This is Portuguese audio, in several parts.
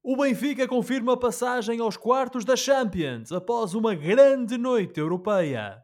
O Benfica confirma passagem aos quartos da Champions após uma grande noite europeia.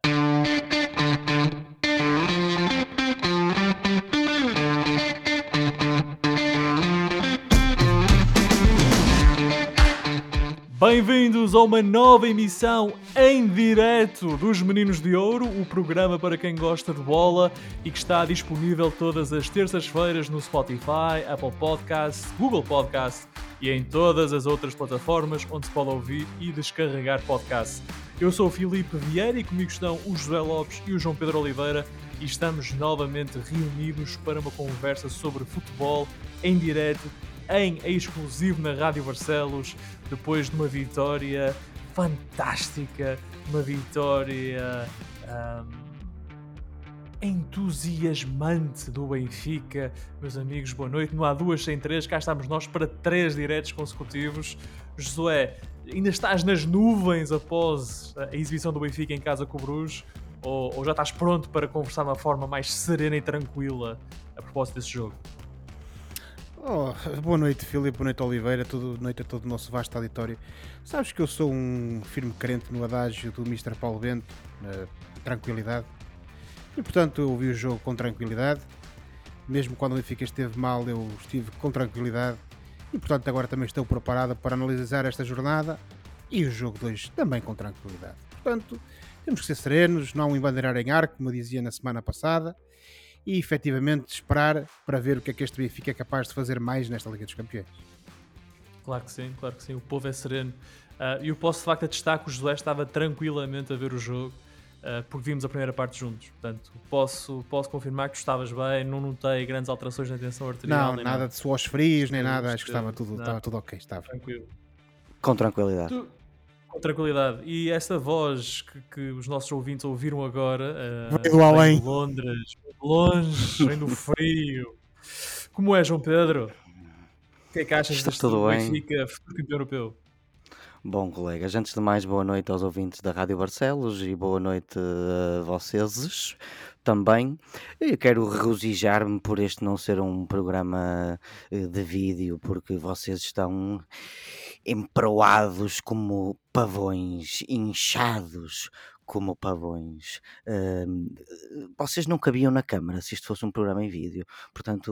Bem-vindos a uma nova emissão em direto dos Meninos de Ouro, o programa para quem gosta de bola e que está disponível todas as terças-feiras no Spotify, Apple Podcasts, Google Podcasts e em todas as outras plataformas onde se pode ouvir e descarregar podcasts. Eu sou o Filipe Vieira e comigo estão o José Lopes e o João Pedro Oliveira e estamos novamente reunidos para uma conversa sobre futebol em direto, em exclusivo na Rádio Barcelos, depois de uma vitória fantástica, uma vitória entusiasmante do Benfica. Meus amigos, boa noite. Não há duas sem três, cá estamos nós para 3 diretos consecutivos. Josué, ainda estás nas nuvens após a exibição do Benfica em casa com o Bruges? Ou já estás pronto para conversar de uma forma mais serena e tranquila a propósito desse jogo? Boa noite, Filipe, boa noite, Oliveira, boa noite a todo o nosso vasto auditório. Sabes que eu sou um firme crente no adágio do Mr. Paulo Bento, na tranquilidade, e portanto eu ouvi o jogo com tranquilidade, mesmo quando o Benfica esteve mal eu estive com tranquilidade, e portanto agora também estou preparado para analisar esta jornada e o jogo 2 também com tranquilidade. Portanto, temos que ser serenos, não embandeirar em arco, como eu dizia na semana passada, e efetivamente esperar para ver o que é que este Benfica é capaz de fazer mais nesta Liga dos Campeões. Claro que sim, o povo é sereno. E eu posso de facto atestar que o José estava tranquilamente a ver o jogo, porque vimos a primeira parte juntos. Portanto, posso confirmar que tu estavas bem, não notei grandes alterações na tensão arterial. Não, Nem nada de suores frios, nem nada, acho que estava não, tudo ok, estava. tranquilo. Com tranquilidade. Com tranquilidade. E esta voz que os nossos ouvintes ouviram agora, Veio do além. vem de Londres, vem de longe, vem do frio. Como é, João Pedro? O que é que achas Está deste tudo bem. Benfica, futuro campeão europeu? Bom, colegas, antes de mais, boa noite aos ouvintes da Rádio Barcelos e boa noite a vocês também. Eu quero regozijar-me por este não ser um programa de vídeo, porque vocês estão emproados como pavões, inchados como pavões. Vocês não cabiam na câmara se isto fosse um programa em vídeo. Portanto,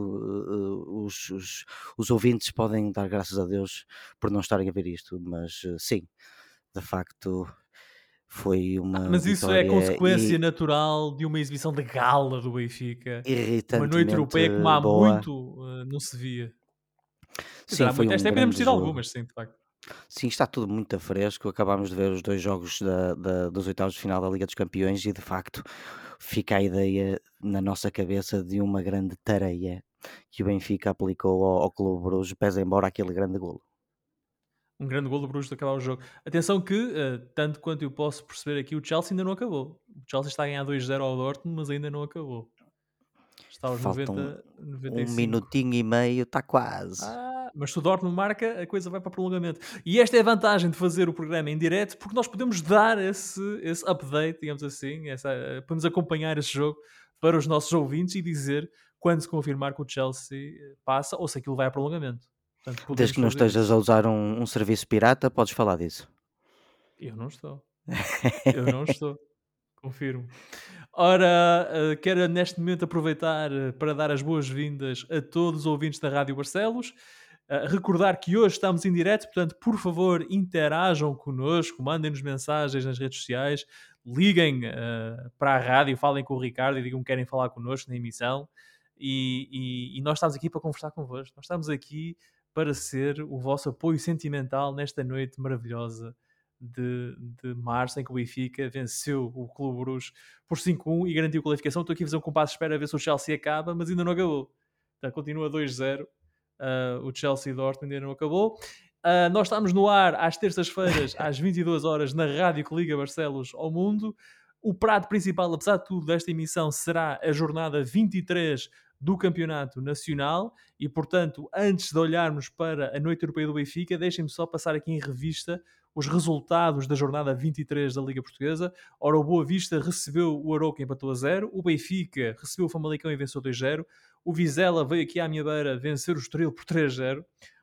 os ouvintes podem dar graças a Deus por não estarem a ver isto, mas sim, de facto foi uma Mas isso é vitória consequência natural de uma exibição de gala do Benfica. Uma noite irritantemente europeia como há boa. muito não se via. Quer dizer, Sim, há foi muito. um Esta época temos grande tido jogo. algumas, sim, de facto. Sim, está tudo muito fresco. Acabámos de ver os 2 jogos dos oitavos de final da Liga dos Campeões e de facto fica a ideia na nossa cabeça de uma grande tareia que o Benfica aplicou ao Clube Bruges, pese embora aquele grande golo. Um grande golo do Bruges de acabar o jogo. Atenção que, tanto quanto eu posso perceber aqui, o Chelsea ainda não acabou. O Chelsea está a ganhar 2-0 ao Dortmund, mas ainda não acabou. Está aos Faltam 90, um 95. minutinho e meio, está quase. Mas se o Dortmund marca, a coisa vai para prolongamento. E esta é a vantagem de fazer o programa em direto, porque nós podemos dar esse update, digamos assim, podemos acompanhar esse jogo para os nossos ouvintes e dizer quando se confirmar que o Chelsea passa ou se aquilo vai a prolongamento. Portanto, podemos Desde que não fazer estejas isso. a usar um serviço pirata, podes falar disso. Eu não estou. Eu não estou. Confirmo. Ora, quero neste momento aproveitar para dar as boas-vindas a todos os ouvintes da Rádio Barcelos. Recordar que hoje estamos em direto, portanto, por favor, interajam connosco, mandem-nos mensagens nas redes sociais, liguem para a rádio, falem com o Ricardo e digam que querem falar connosco na emissão. E nós estamos aqui para conversar convosco. Nós estamos aqui para ser o vosso apoio sentimental nesta noite maravilhosa de março, em que o Benfica venceu o Clube Bruges por 5-1 e garantiu qualificação. Estou aqui a fazer um compasso de espera a ver se o Chelsea acaba, mas ainda não acabou. Então, continua 2-0. O Chelsea Dortmund ainda não acabou. Nós estamos no ar às terças-feiras, às 22 horas, na rádio que liga Barcelos ao mundo. O prato principal, apesar de tudo, desta emissão será a jornada 23 do Campeonato Nacional e, portanto, antes de olharmos para a Noite Europeia do Benfica, deixem-me só passar aqui em revista os resultados da jornada 23 da Liga Portuguesa. Ora, o Boa Vista recebeu o Arouca e empatou a 0. O Benfica recebeu o Famalicão e venceu 2-0. O Vizela veio aqui à minha beira vencer o Estoril por 3-0.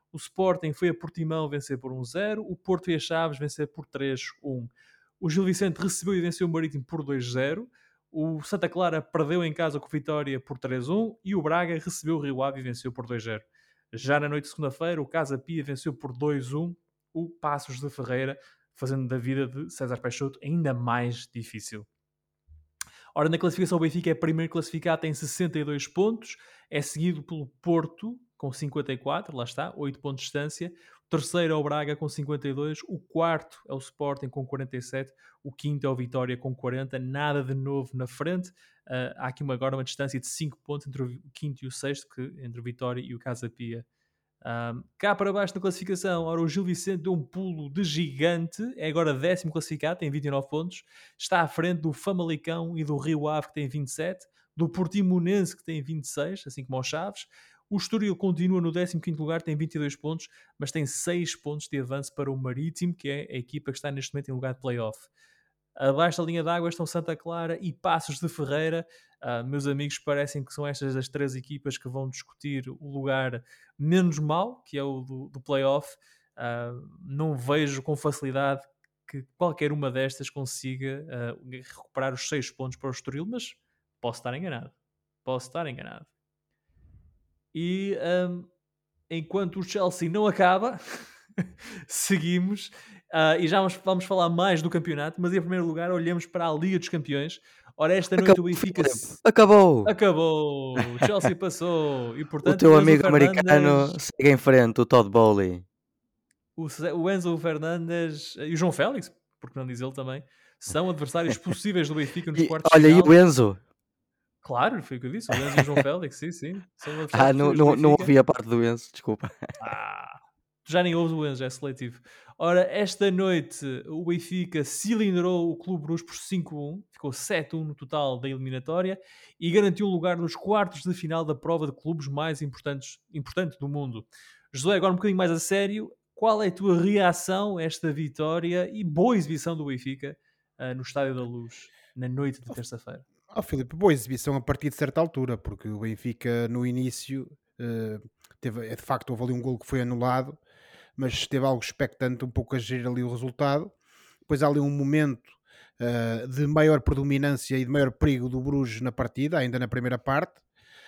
O Sporting foi a Portimão vencer por 1-0. O Porto e a Chaves vencer por 3-1. O Gil Vicente recebeu e venceu o Marítimo por 2-0. O Santa Clara perdeu em casa com o Vitória por 3-1. E o Braga recebeu o Rio Ave e venceu por 2-0. Já na noite de segunda-feira, o Casa Pia venceu por 2-1 o Passos de Ferreira, fazendo da vida de César Peixoto ainda mais difícil. Ora, na classificação, o Benfica é primeiro classificado, tem 62 pontos, é seguido pelo Porto, com 54, lá está, 8 pontos de distância. O terceiro é o Braga, com 52. O quarto é o Sporting, com 47. O quinto é o Vitória, com 40. Nada de novo na frente. Há aqui agora uma distância de 5 pontos entre o quinto e o sexto, entre o Vitória e o Casa Pia. Cá para baixo na classificação, ora, o Gil Vicente deu um pulo de gigante, é agora 10º classificado, tem 29 pontos, está à frente do Famalicão e do Rio Ave, que tem 27, do Portimonense, que tem 26, assim como aos Chaves. O Estoril continua no 15º lugar, tem 22 pontos, mas tem 6 pontos de avanço para o Marítimo, que é a equipa que está neste momento em lugar de play-off. Abaixo da linha d'água estão Santa Clara e Passos de Ferreira. Meus amigos, parecem que são estas as 3 equipas que vão discutir o lugar menos mau, que é o do play-off. Não vejo com facilidade que qualquer uma destas consiga recuperar os 6 pontos para o Estoril, mas posso estar enganado. E enquanto o Chelsea não acaba, seguimos. E já vamos falar mais do campeonato, mas em primeiro lugar olhamos para a Liga dos Campeões. Ora, esta noite o Acabou, Benfica Filipe. Acabou! acabou, o Chelsea passou e O portanto teu o Enzo amigo americano Fernandes, segue em frente, o Todd Bowley. o Enzo Fernandes e o João Félix, porque não diz ele também, são adversários possíveis do Benfica nos E, quartos de olha, e final. o Enzo? Claro, foi o que eu disse, o Enzo e o João Félix, sim, são adversários Não, possíveis do não Benfica. ouvi a parte do Enzo, desculpa. Tu já nem ouves o Enzo, é seletivo. Ora, esta noite o Benfica cilindrou o Clube Bruges por 5-1, ficou 7-1 no total da eliminatória e garantiu um lugar nos quartos de final da prova de clubes mais importante do mundo. José, agora um bocadinho mais a sério, qual é a tua reação a esta vitória e boa exibição do Benfica no Estádio da Luz, na noite de terça-feira? Filipe, boa exibição a partir de certa altura, porque o Benfica no início teve, de facto, houve ali um gol que foi anulado, mas esteve algo expectante, um pouco a gerir ali o resultado. Depois há ali um momento de maior predominância e de maior perigo do Bruges na partida, ainda na primeira parte.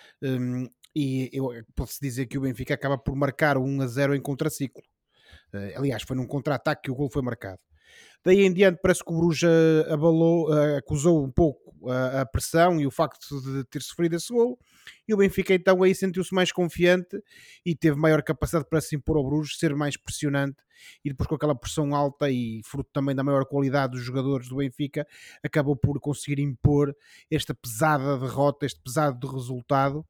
E eu posso dizer que o Benfica acaba por marcar o 1-0 em contraciclo. Aliás, foi num contra-ataque que o gol foi marcado. Daí em diante parece que o Bruges acusou um pouco a pressão e o facto de ter sofrido esse gol, e o Benfica então aí sentiu-se mais confiante e teve maior capacidade para se impor ao Bruges, ser mais pressionante, e depois com aquela pressão alta e fruto também da maior qualidade dos jogadores do Benfica, acabou por conseguir impor esta pesada derrota, este pesado resultado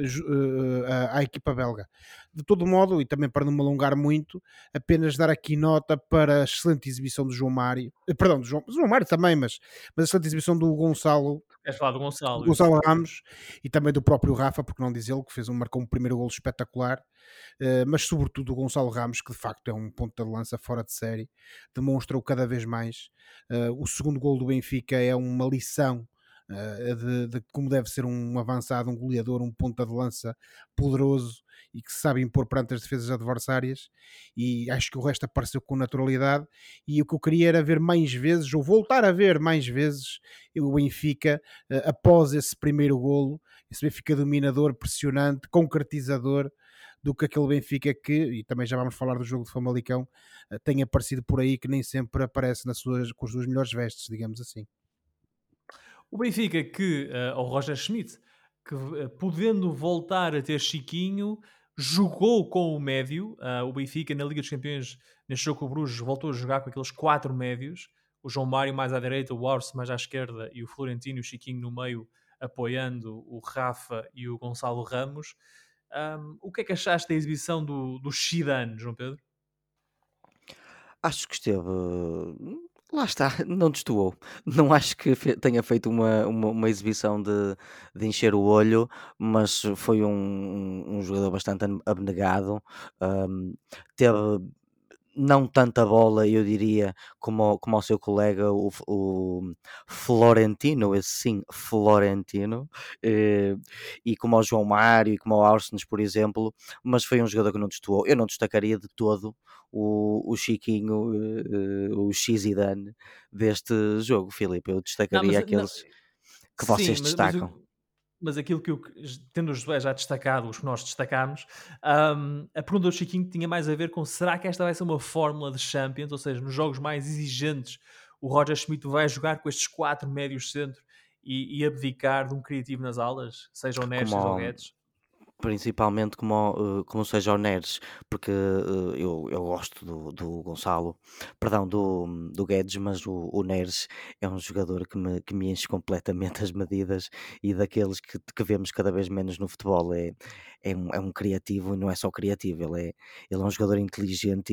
à equipa belga. De todo modo, e também para não me alongar muito, apenas dar aqui nota para a excelente exibição do João Mário, perdão, do João Mário também, mas a excelente exibição do Gonçalo, Queres falar do Gonçalo? Gonçalo Ramos, e também do próprio Rafa, porque não diz ele, que marcou um primeiro golo espetacular, mas sobretudo o Gonçalo Ramos, que de facto é um ponto de lança fora de série, demonstra-o cada vez mais. O segundo golo do Benfica é uma lição de como deve ser um avançado, um goleador, um ponta de lança poderoso e que se sabe impor perante as defesas adversárias, e acho que o resto apareceu com naturalidade. E o que eu queria era ver mais vezes, ou voltar a ver mais vezes, o Benfica após esse primeiro golo, esse Benfica dominador, pressionante, concretizador, do que aquele Benfica que, e também já vamos falar do jogo de Famalicão, tem aparecido por aí, que nem sempre aparece com as suas melhores vestes, digamos assim. O Benfica que, ao Roger Schmidt, que podendo voltar a ter Chiquinho, jogou com o médio. O Benfica na Liga dos Campeões, neste jogo com o Bruges, voltou a jogar com aqueles 4 médios. O João Mário mais à direita, o Arce mais à esquerda e o Florentino e o Chiquinho no meio, apoiando o Rafa e o Gonçalo Ramos. O que é que achaste da exibição do Zidane, João Pedro? Acho que esteve. Lá está, não destoou. Não acho que tenha feito uma exibição de encher o olho, mas foi um jogador bastante abnegado. Teve não tanta bola, eu diria, como o seu colega, o Florentino, esse sim, Florentino, e como o João Mário e como o Ársens, por exemplo, mas foi um jogador que não destoou. Eu não destacaria de todo o Chiquinho, o Xizidane deste jogo, Filipe. Eu Não, destacaria mas não, aqueles que sim, vocês destacam. mas aquilo que eu, tendo o Josué já destacado, os que nós destacámos, a pergunta do Chiquinho tinha mais a ver com será que esta vai ser uma fórmula de Champions, ou seja, nos jogos mais exigentes, o Roger Schmidt vai jogar com estes 4 médios centro e abdicar de um criativo nas alas, seja o Neres, seja o Como, Guedes? Principalmente como seja o Neres, porque eu gosto do Gonçalo, perdão, do Guedes, mas o Neres é um jogador que me enche completamente as medidas e daqueles que vemos cada vez menos no futebol. É um criativo e não é só criativo, ele é um jogador inteligente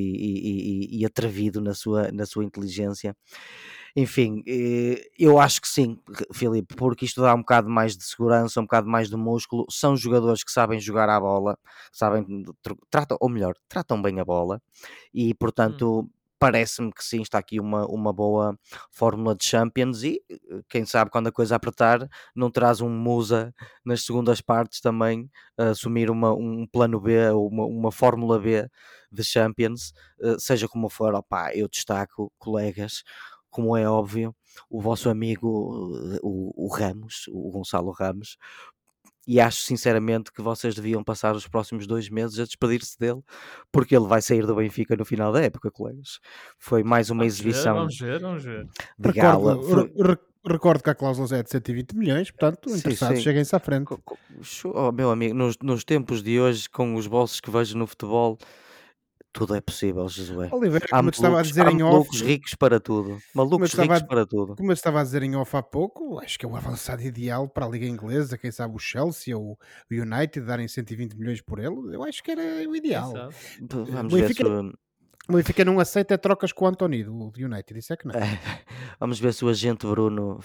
e atrevido na sua inteligência. Enfim, eu acho que sim, Filipe, porque isto dá um bocado mais de segurança, um bocado mais de músculo. São jogadores que sabem jogar à bola, sabem, tratam, ou melhor, tratam bem a bola e, Hum. portanto, parece-me que sim, está aqui uma boa fórmula de Champions e, quem sabe, quando a coisa apertar, não traz um Musa nas segundas partes também a assumir um plano B ou uma fórmula B de Champions, seja como for, opá, eu destaco, colegas, como é óbvio, o vosso amigo, o Ramos, o Gonçalo Ramos, e acho sinceramente que vocês deviam passar os próximos 2 meses a despedir-se dele, porque ele vai sair do Benfica no final da época, colegas. Foi mais uma Vamos ver, exibição vamos ver, vamos ver. de Recordo, gala. recordo que a cláusula é de 120 milhões, portanto, Sim, interessados, sim. cheguem-se à frente. Oh, meu amigo, nos tempos de hoje, com os bolsos que vejo no futebol, tudo é possível, Josué. Oliveira, Há como eu te estava a malucos, dizer há em off, malucos ricos para tudo. como eu te Malucos estava ricos a, para tudo. como eu te estava a dizer em off há pouco, acho que é o avançado ideal para a Liga Inglesa, quem sabe o Chelsea ou o United darem 120 milhões por ele, eu acho que era o Quem ideal. sabe? O Vamos ver se. Benfica, o Benfica não aceita trocas com o António do United, isso é que não. Vamos ver se o agente Bruno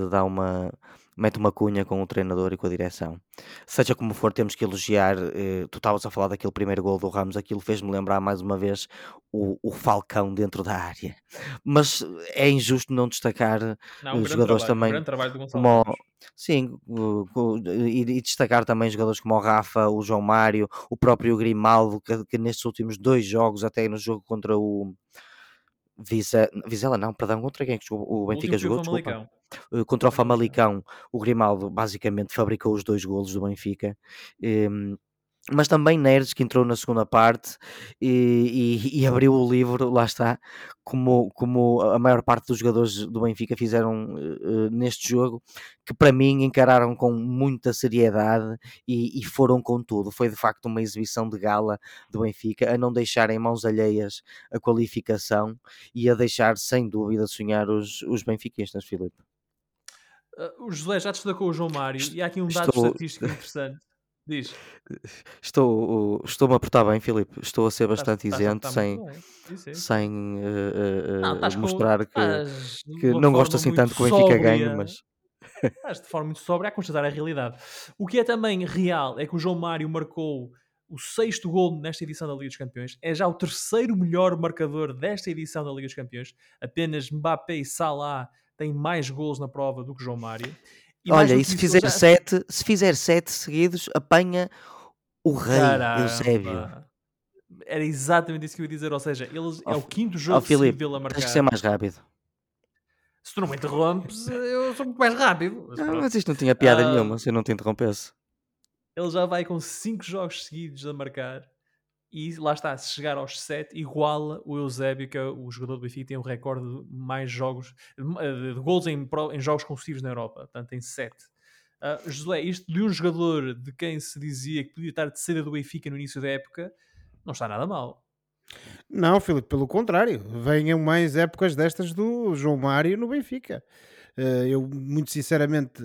mete uma cunha com o treinador e com a direção. Seja como for, temos que elogiar. Tu estavas a falar daquele primeiro gol do Ramos, aquilo fez-me lembrar mais uma vez o Falcão dentro da área. Mas é injusto não destacar Não, jogadores um também grande trabalho do Gonçalo como. Ramos. Sim, e destacar também jogadores como o Rafa, o João Mário, o próprio Grimaldo, que nestes últimos 2 jogos, até no jogo contra o Vizela não, perdão, contra quem é que o O último Benfica foi o jogou? Desculpa. Famalicão. Contra o Famalicão. Famalicão, o Grimaldo basicamente fabricou os 2 golos do Benfica. Hum, mas também Neres, que entrou na segunda parte e abriu o livro, lá está, como a maior parte dos jogadores do Benfica fizeram neste jogo, que para mim encararam com muita seriedade e foram com tudo. Foi de facto uma exibição de gala do Benfica, a não deixar em mãos alheias a qualificação e a deixar sem dúvida sonhar os benfiquistas, Filipe. O José já destacou o João Mário e há aqui um dado Estou, estatístico interessante. Diz, estou-me a portar bem, Filipe. Estou a ser bastante isento, está muito sem, bem. Sim, sim, sim. sem Não, mostrar estás de que uma não gosto forma assim muito tanto que o Benfica ganhe, sóbria. mas Estás de forma muito sóbria a constatar a realidade. O que é também real é que o João Mário marcou o 6º gol nesta edição da Liga dos Campeões. É já o 3º melhor marcador desta edição da Liga dos Campeões. Apenas Mbappé e Salah têm mais gols na prova do que João Mário. E mais olha, do e que isso, ele já... se fizer sete seguidos, apanha o rei Eusébio. Caramba! Era exatamente isso que eu ia dizer. Ou seja, é o quinto Ó jogo seguido Filipe, dele a tens que ser marcar. mais rápido. Se tu não me interrompes, eu sou muito mais rápido. Mas Não, pronto. mas isto não tinha piada nenhuma se eu não te interrompesse. Ele já vai com 5 jogos seguidos a marcar. E lá está, se chegar aos 7, iguala o Eusébio, que é o jogador do Benfica, tem um recorde de mais jogos, de gols em jogos consecutivos na Europa. Portanto, tem 7. José, isto de um jogador de quem se dizia que podia estar de saída do Benfica no início da época, não está nada mal. Não, Filipe, pelo contrário, venham mais épocas destas do João Mário no Benfica. Eu, muito sinceramente,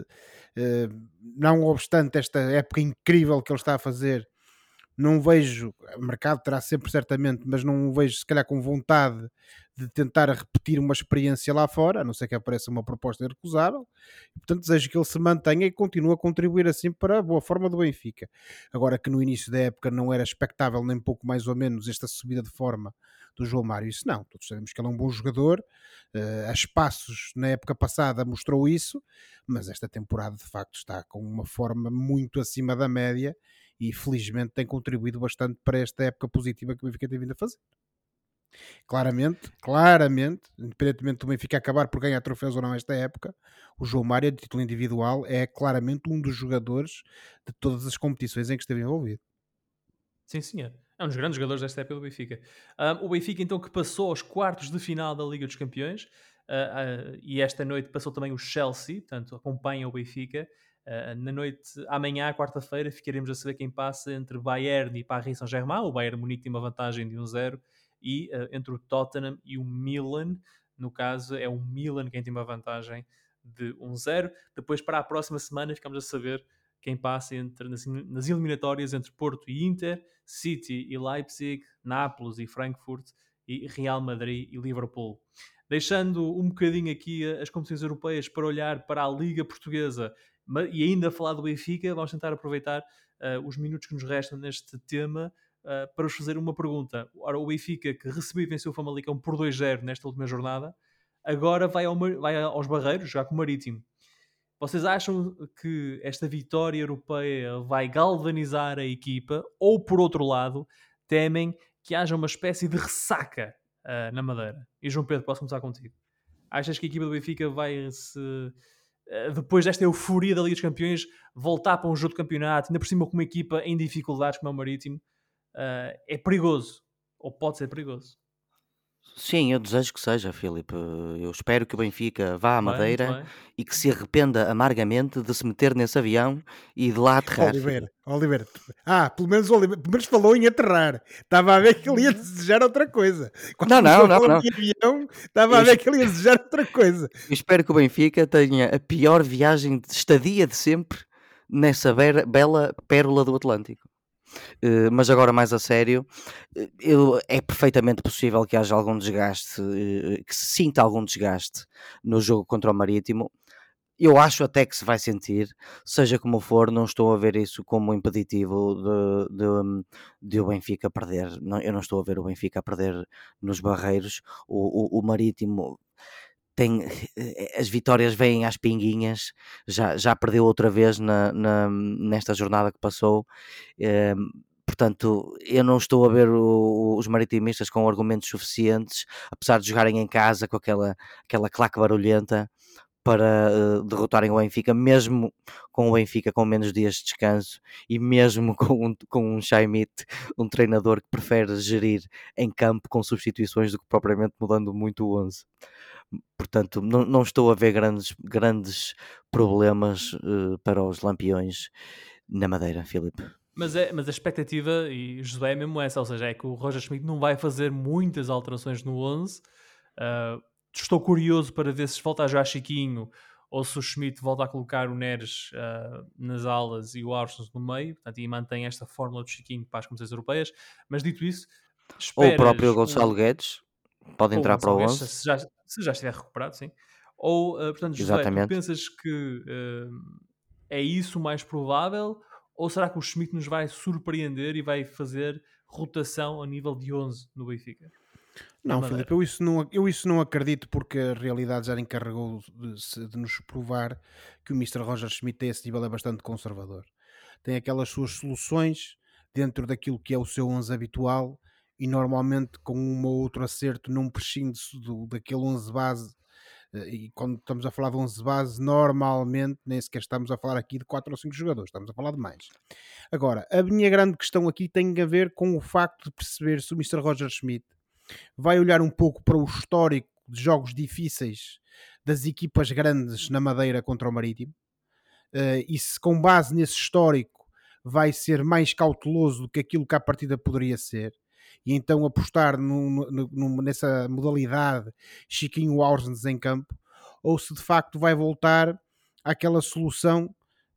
não obstante esta época incrível que ele está a fazer, não vejo, o mercado terá sempre certamente, mas não o vejo se calhar com vontade de tentar repetir uma experiência lá fora, a não ser que apareça uma proposta irrecusável. E, portanto, desejo que ele se mantenha e continue a contribuir assim para a boa forma do Benfica. Agora que no início da época não era expectável nem pouco mais ou menos esta subida de forma do João Mário. Isso não, todos sabemos que ele é um bom jogador, a espaços na época passada mostrou isso, mas esta temporada de facto está com uma forma muito acima da média e felizmente tem contribuído bastante para esta época positiva que o Benfica tem vindo a fazer. Claramente, independentemente do Benfica acabar por ganhar troféus ou não esta época, o João Mário, de título individual, é claramente um dos jogadores de todas as competições em que esteve envolvido. Sim, senhor. É um dos grandes jogadores desta época do Benfica. O Benfica, então, que passou aos quartos de final da Liga dos Campeões, e esta noite passou também o Chelsea, portanto, acompanha o Benfica. Na noite, amanhã, quarta-feira, ficaremos a saber quem passa entre Bayern e Paris Saint-Germain. O Bayern Munique tem uma vantagem de 1-0, e entre o Tottenham e o Milan. No caso, é o Milan quem tem uma vantagem de 1-0. Depois, para a próxima semana, ficamos a saber quem passa nas eliminatórias entre Porto e Inter, City e Leipzig, Nápoles e Frankfurt, e Real Madrid e Liverpool. Deixando um bocadinho aqui as competições europeias para olhar para a Liga Portuguesa e ainda falar do Benfica, vamos tentar aproveitar os minutos que nos restam neste tema para vos fazer uma pergunta. Ora, o Benfica, que recebeu e venceu o Famalicão por 2-0 nesta última jornada, agora vai aos Barreiros, jogar com o Marítimo. Vocês acham que esta vitória europeia vai galvanizar a equipa, ou por outro lado, temem que haja uma espécie de ressaca na Madeira? E João Pedro, posso começar contigo. Achas que a equipa do Benfica vai depois desta euforia da Liga dos Campeões, voltar para um jogo de campeonato, ainda por cima com uma equipa em dificuldades como é o Marítimo? É perigoso, ou pode ser perigoso. Sim, eu desejo que seja, Filipe. Eu espero que o Benfica vá à Muito Madeira bem. e que se arrependa amargamente de se meter nesse avião e de lá aterrar, Filipe. Oliveira. Pelo menos falou em aterrar. Estava a ver que ele ia desejar outra coisa. Quando Não, falou não. em avião, estava Eu, a ver es- que ele ia desejar outra coisa. eu espero que o Benfica tenha a pior viagem de estadia de sempre nessa bela pérola do Atlântico. Mas agora mais a sério, é perfeitamente possível que haja algum desgaste, que se sinta algum desgaste no jogo contra o Marítimo. Eu acho até que se vai sentir, seja como for, não estou a ver isso como impeditivo de o Benfica perder. Não, eu não estou a ver o Benfica a perder nos Barreiros. O Marítimo tem as vitórias vêm às pinguinhas, já perdeu outra vez nesta jornada que passou. Portanto, eu não estou a ver os maritimistas com argumentos suficientes, apesar de jogarem em casa com aquela claque barulhenta, para derrotarem o Benfica, mesmo com o Benfica com menos dias de descanso e mesmo com um Chaimite, um treinador que prefere gerir em campo com substituições do que propriamente mudando muito o 11. Portanto, não estou a ver grandes problemas para os Lampiões na Madeira, Filipe. Mas a expectativa, e José, é mesmo essa, ou seja, é que o Roger Schmidt não vai fazer muitas alterações no 11. Estou curioso para ver se volta a jogar Chiquinho ou se o Schmidt volta a colocar o Neres nas alas e o Arsens no meio, portanto, e mantém esta fórmula do Chiquinho para as competições europeias. Mas dito isso, Ou o próprio esperas Gonçalo Guedes pode ou o entrar para Gonçalo o Guedes, 11. se já estiver recuperado, sim. Ou, portanto, José, tu Exatamente. pensas que é isso o mais provável, ou será que o Schmidt nos vai surpreender e vai fazer rotação a nível de 11 no Benfica? Não, Filipe, eu isso não acredito, porque a realidade já encarregou de nos provar que o Mister Roger Schmidt a esse nível é bastante conservador. Tem aquelas suas soluções dentro daquilo que é o seu 11 habitual e normalmente com um ou outro acerto não prescinde daquele 11 base. E quando estamos a falar de 11 base, normalmente nem sequer estamos a falar aqui de 4 ou 5 jogadores, estamos a falar de mais. Agora, a minha grande questão aqui tem a ver com o facto de perceber se o Mister Roger Schmidt vai olhar um pouco para o histórico de jogos difíceis das equipas grandes na Madeira contra o Marítimo, e se com base nesse histórico vai ser mais cauteloso do que aquilo que à partida poderia ser, e então apostar nessa modalidade Chiquinho Ausnes em campo, ou se de facto vai voltar àquela solução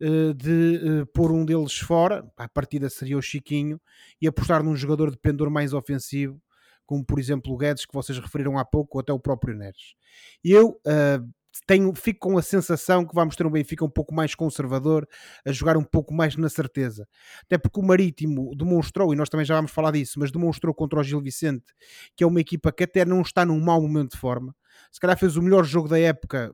de pôr um deles fora, à partida seria o Chiquinho, e apostar num jogador de pendor mais ofensivo, como por exemplo o Guedes, que vocês referiram há pouco, ou até o próprio Neres. Eu fico com a sensação que vamos ter um Benfica um pouco mais conservador, a jogar um pouco mais na certeza. Até porque o Marítimo demonstrou, e nós também já vamos falar disso, mas demonstrou contra o Gil Vicente que é uma equipa que até não está num mau momento de forma. Se calhar fez o melhor jogo da época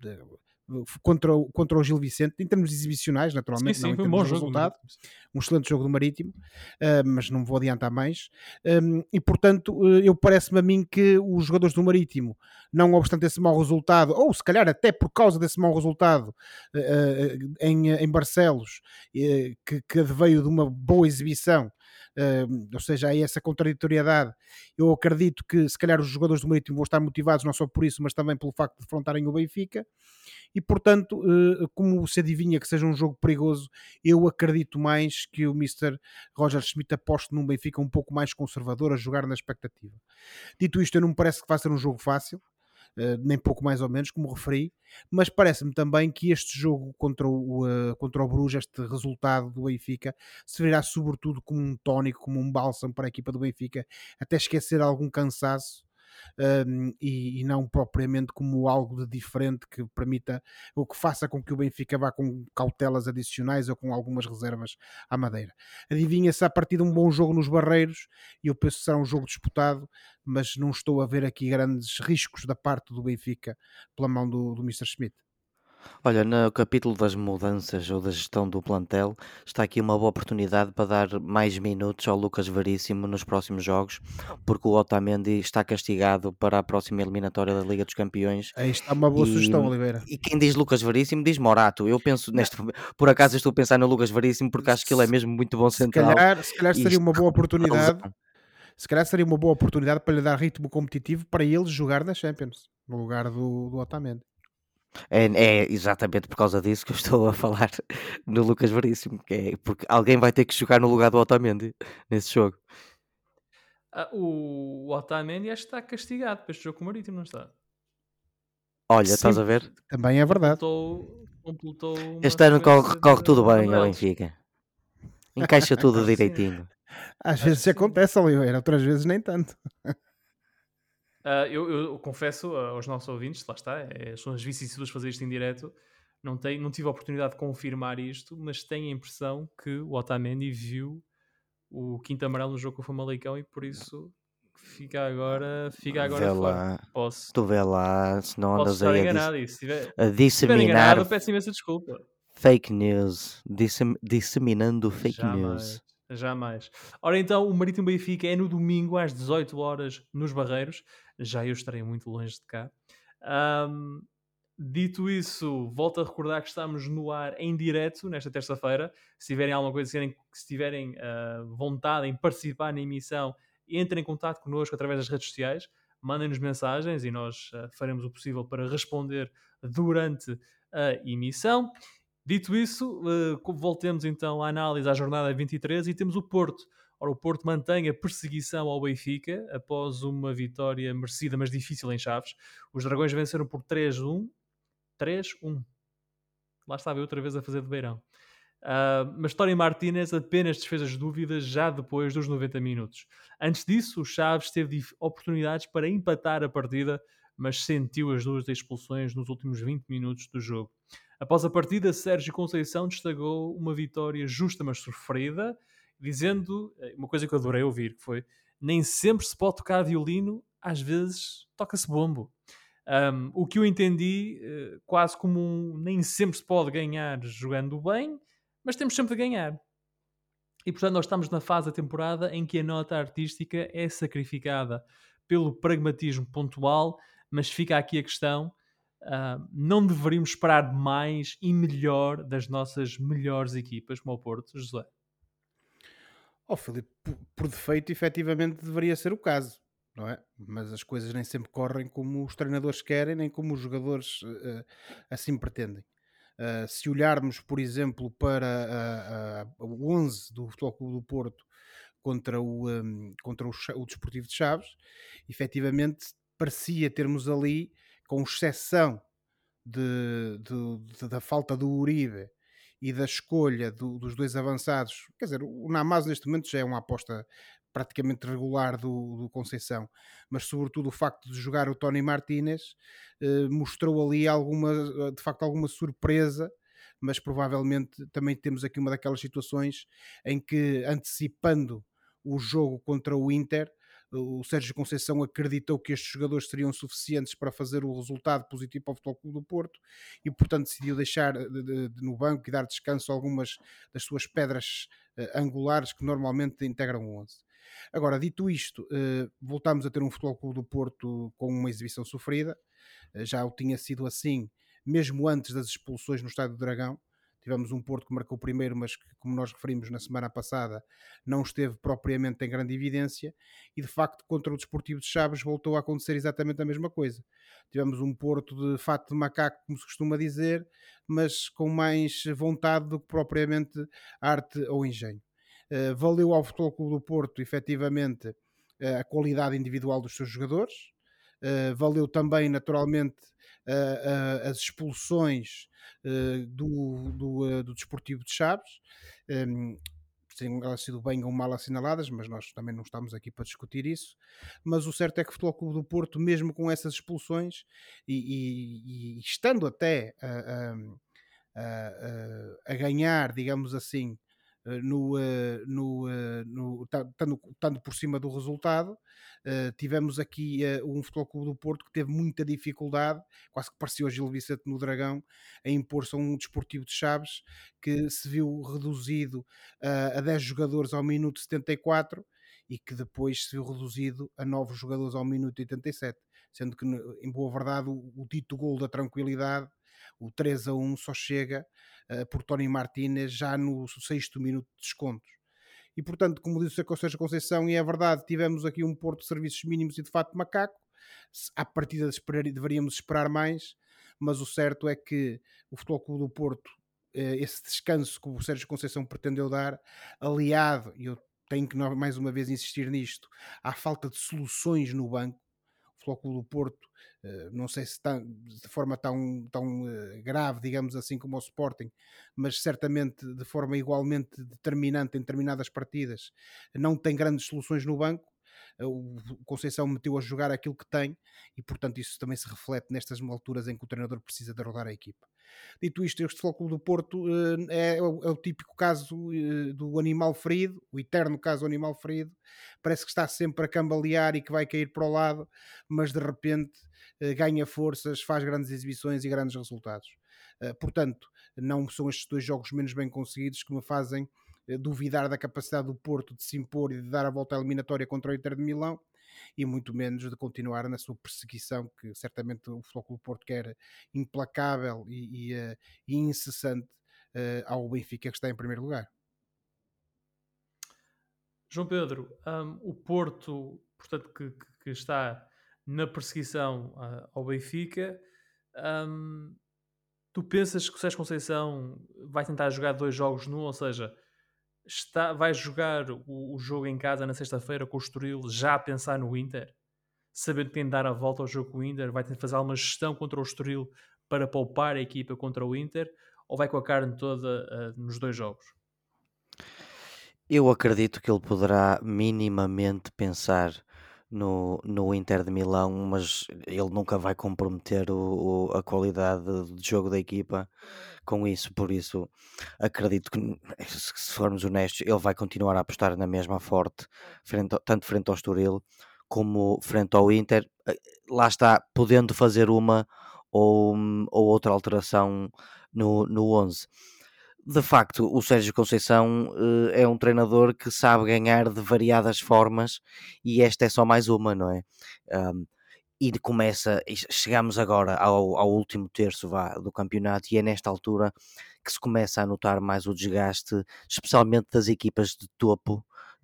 contra o Gil Vicente, em termos exibicionais, Sim, naturalmente, não sim, em foi um termos bom de jogo do resultado. Marítimo. Sim. Um excelente jogo do Marítimo, mas não vou adiantar mais. E portanto, eu parece-me a mim que os jogadores do Marítimo, não obstante esse mau resultado, ou se calhar até por causa desse mau resultado em Barcelos, que veio de uma boa exibição, ou seja, há essa contraditoriedade. Eu acredito que se calhar os jogadores do Marítimo vão estar motivados não só por isso, mas também pelo facto de defrontarem o Benfica. E portanto, como se adivinha que seja um jogo perigoso, eu acredito mais que o Mister Roger Schmidt aposte num Benfica um pouco mais conservador, a jogar na expectativa. Dito isto, eu não me parece que vai ser um jogo fácil, nem pouco mais ou menos, como referi, mas parece-me também que este jogo contra o Bruges, este resultado do Benfica, servirá sobretudo como um tónico, como um bálsamo para a equipa do Benfica, até esquecer algum cansaço, e não propriamente como algo de diferente que permita ou que faça com que o Benfica vá com cautelas adicionais ou com algumas reservas à Madeira. Adivinha-se a partir de um bom jogo nos Barreiros, e eu penso que será um jogo disputado, mas não estou a ver aqui grandes riscos da parte do Benfica pela mão do Mister Schmidt. Olha, no capítulo das mudanças ou da gestão do plantel, está aqui uma boa oportunidade para dar mais minutos ao Lucas Veríssimo nos próximos jogos, porque o Otamendi está castigado para a próxima eliminatória da Liga dos Campeões. Aí está uma boa E, sugestão, Oliveira. e quem diz Lucas Veríssimo diz Morato. Eu penso Não, por acaso estou a pensar no Lucas Veríssimo porque acho que ele é se, mesmo muito bom se central calhar, se calhar e seria uma está boa com uma oportunidade. lesão. Se calhar seria uma boa oportunidade para lhe dar ritmo competitivo para ele jogar na Champions, no lugar do Otamendi. É exatamente por causa disso que eu estou a falar no Lucas Veríssimo, que é porque alguém vai ter que jogar no lugar do Otamendi nesse jogo. O Otamendi acho que está castigado para este jogo com o Marítimo, não está? Olha, Sim, estás a ver? também é verdade. Completou uma Este ano corre, sequência corre tudo de bem ao amarelos. Benfica. Encaixa tudo Acho que sim. direitinho. Às Acho vezes que isso sim. acontece, Oliveira, outras vezes nem tanto. Eu confesso aos nossos ouvintes, lá está, são as vicissitudes de fazer isto em direto. Não tive a oportunidade de confirmar isto, mas tenho a impressão que o Otamendi viu o quinto amarelo no jogo com o Famalicão e por isso fica agora Vê fora. lá, Posso, tu vê lá, se não posso andas estar aí enganado e a se estiver disseminar enganado, peço imensa desculpa. fake news, disseminando fake Jamais, news. jamais. Ora então, o Marítimo Benfica é no domingo às 18 horas nos Barreiros. Já eu estarei muito longe de cá. Ahm, Dito isso, volto a recordar que estamos no ar em direto nesta terça-feira. Se tiverem alguma coisa, se tiverem vontade em participar na emissão, entrem em contato connosco através das redes sociais, mandem-nos mensagens e nós faremos o possível para responder durante a emissão. Dito isso, voltemos então à análise à jornada 23 e temos o Porto. Ora, o Porto mantém a perseguição ao Benfica após uma vitória merecida, mas difícil em Chaves. Os Dragões venceram por 3-1. 3-1. Lá estava eu outra vez a fazer de beirão. Mas Tony Martínez apenas desfez as dúvidas já depois dos 90 minutos. Antes disso, o Chaves teve oportunidades para empatar a partida, mas sentiu as duas expulsões nos últimos 20 minutos do jogo. Após a partida, Sérgio Conceição destacou uma vitória justa, mas sofrida, dizendo uma coisa que eu adorei ouvir, que foi: nem sempre se pode tocar violino, às vezes toca-se bombo. O que eu entendi quase como nem sempre se pode ganhar jogando bem, mas temos sempre de ganhar. E portanto, nós estamos na fase da temporada em que a nota artística é sacrificada pelo pragmatismo pontual, mas fica aqui a questão: não deveríamos esperar mais e melhor das nossas melhores equipas, como o Porto, José? Filipe, por defeito, efetivamente deveria ser o caso, não é? Mas as coisas nem sempre correm como os treinadores querem, nem como os jogadores assim pretendem. Se olharmos, por exemplo, para o 11 do Futebol Clube do Porto contra o Desportivo de Chaves, efetivamente parecia termos ali, com exceção da falta do Uribe e da escolha dos dois avançados. Quer dizer, o Namaz neste momento já é uma aposta praticamente regular do Conceição, mas sobretudo o facto de jogar o Tony Martínez mostrou ali de facto alguma surpresa, mas provavelmente também temos aqui uma daquelas situações em que, antecipando o jogo contra o Inter, o Sérgio Conceição acreditou que estes jogadores seriam suficientes para fazer o resultado positivo para o Futebol Clube do Porto e, portanto, decidiu deixar no banco e dar descanso a algumas das suas pedras angulares que normalmente integram o 11. Agora, dito isto, voltamos a ter um Futebol Clube do Porto com uma exibição sofrida. Já o tinha sido assim mesmo antes das expulsões no Estádio do Dragão. Tivemos um Porto que marcou primeiro, mas que, como nós referimos na semana passada, não esteve propriamente em grande evidência, e de facto contra o Desportivo de Chaves voltou a acontecer exatamente a mesma coisa. Tivemos um Porto de fato de macaco, como se costuma dizer, mas com mais vontade do que propriamente arte ou engenho. Valeu ao Futebol Clube do Porto, efetivamente, a qualidade individual dos seus jogadores. Valeu também, naturalmente, as expulsões do Desportivo de Chaves, tenham elas sido bem ou mal assinaladas, mas nós também não estamos aqui para discutir isso. Mas o certo é que o Futebol Clube do Porto, mesmo com essas expulsões e estando até a ganhar, digamos assim, estando por cima do resultado, tivemos aqui um Futebol Clube do Porto que teve muita dificuldade, quase que parecia o Gil Vicente no Dragão, a impor-se a um Desportivo de Chaves que se viu reduzido a 10 jogadores ao minuto 74 e que depois se viu reduzido a 9 jogadores ao minuto 87, sendo que, em boa verdade, o dito gol da tranquilidade, o 3-1, só chega por Tony Martínez já no 6º minuto de descontos. E portanto, como disse o Sérgio Conceição, e é verdade, tivemos aqui um Porto de serviços mínimos e de fato macaco. À partida deveríamos esperar mais, mas o certo é que o Futebol Clube do Porto, esse descanso que o Sérgio Conceição pretendeu dar, aliado, e eu tenho que mais uma vez insistir nisto, à falta de soluções no banco. O Futebol Clube do Porto, não sei se está de forma tão grave, digamos assim, como o Sporting, mas certamente de forma igualmente determinante em determinadas partidas, não tem grandes soluções no banco. O Conceição meteu a jogar aquilo que tem e, portanto, isso também se reflete nestas alturas em que o treinador precisa de rodar a equipa. Dito isto, este Futebol Clube do Porto é o típico caso do animal ferido, o eterno caso do animal ferido. Parece que está sempre a cambalear e que vai cair para o lado, mas de repente ganha forças, faz grandes exibições e grandes resultados. Portanto, não são estes dois jogos menos bem conseguidos que me fazem duvidar da capacidade do Porto de se impor e de dar a volta à eliminatória contra o Inter de Milão, e muito menos de continuar na sua perseguição, que certamente o Futebol Clube do Porto quer, implacável e incessante, ao Benfica, que está em primeiro lugar. João Pedro, o Porto, portanto, que está na perseguição ao Benfica, tu pensas que o Sérgio Conceição vai tentar jogar 2 jogos num, ou seja, vai jogar o jogo em casa na sexta-feira com o Estoril já a pensar no Inter, sabendo que tem de dar a volta ao jogo com o Inter, vai ter de fazer alguma gestão contra o Estoril para poupar a equipa contra o Inter, ou vai com a carne toda nos 2 jogos? Eu acredito que ele poderá minimamente pensar no Inter de Milão, mas ele nunca vai comprometer a qualidade de jogo da equipa com isso, por isso acredito que, se formos honestos, ele vai continuar a apostar na mesma forte, tanto frente ao Estoril como frente ao Inter. Lá está, podendo fazer uma ou outra alteração no 11. De facto, o Sérgio Conceição é um treinador que sabe ganhar de variadas formas e esta é só mais uma, não é? Chegamos agora ao último terço do campeonato e é nesta altura que se começa a notar mais o desgaste, especialmente das equipas de topo,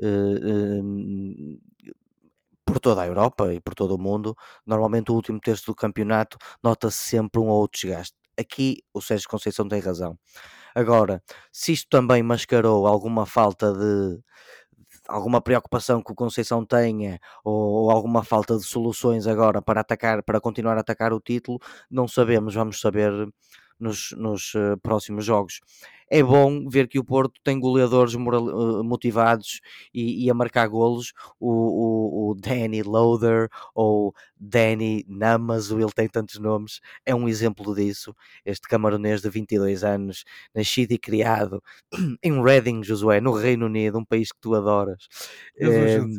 por toda a Europa e por todo o mundo. Normalmente o último terço do campeonato nota-se sempre um ou outro desgaste. Aqui o Sérgio Conceição tem razão. Agora, se isto também mascarou alguma falta de alguma preocupação que o Conceição tenha ou alguma falta de soluções agora para continuar a atacar o título, não sabemos, vamos saber nos próximos jogos. é bom ver que o Porto tem goleadores motivados e a marcar golos. O Danny Loader ou Danny Namazo, ele tem tantos nomes, é um exemplo disso. Este camaronês de 22 anos, nascido e criado em Reading, Josué, no Reino Unido, um país que tu adoras. Deus o ajude.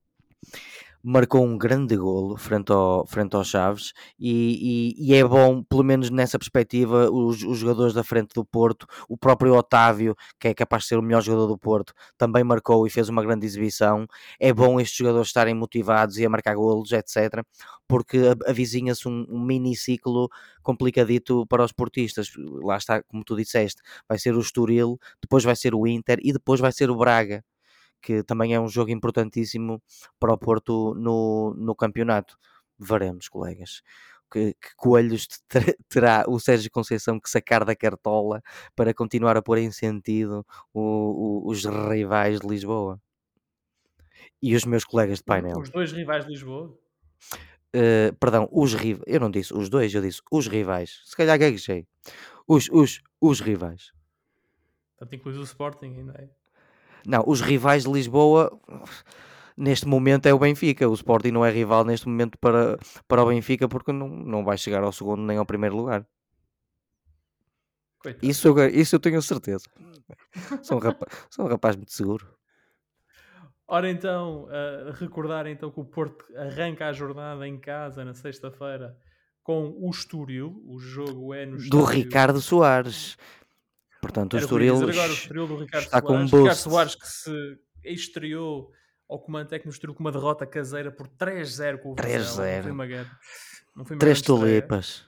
Marcou um grande golo frente ao Chaves e é bom, pelo menos nessa perspectiva, os jogadores da frente do Porto, o próprio Otávio, que é capaz de ser o melhor jogador do Porto, também marcou e fez uma grande exibição. É bom estes jogadores estarem motivados e a marcar golos, etc., porque avizinha-se um mini ciclo complicadito para os portistas. Lá está, como tu disseste, vai ser o Estoril, depois vai ser o Inter e depois vai ser o Braga, que também é um jogo importantíssimo para o Porto no campeonato. Veremos, colegas. Que coelhos terá o Sérgio Conceição que sacar da cartola para continuar a pôr em sentido os rivais de Lisboa e os meus colegas de painel. Os dois rivais de Lisboa. Perdão, eu não disse os dois, eu disse os rivais. Se calhar gaguejei. Os rivais. Portanto, inclui o Sporting ainda é. Não, os rivais de Lisboa neste momento é o Benfica. O Sporting não é rival neste momento para o Benfica porque não vai chegar ao segundo nem ao primeiro lugar. Coitado. Isso eu tenho certeza. Sou um rapaz muito seguro. Ora então, recordar então que o Porto arranca a jornada em casa na sexta-feira com o Estoril. O jogo é no Do estádio... Ricardo Soares. Portanto, o Era o que eu ia Estoril dizer agora, o Estoril do Ricardo está com Soares. um Ricardo boost. Soares que se estreou ao comando técnico do Estoril com uma derrota caseira por 3-0 com o Vizela. 3-0. Não foi uma grande Três estreia. tulipas.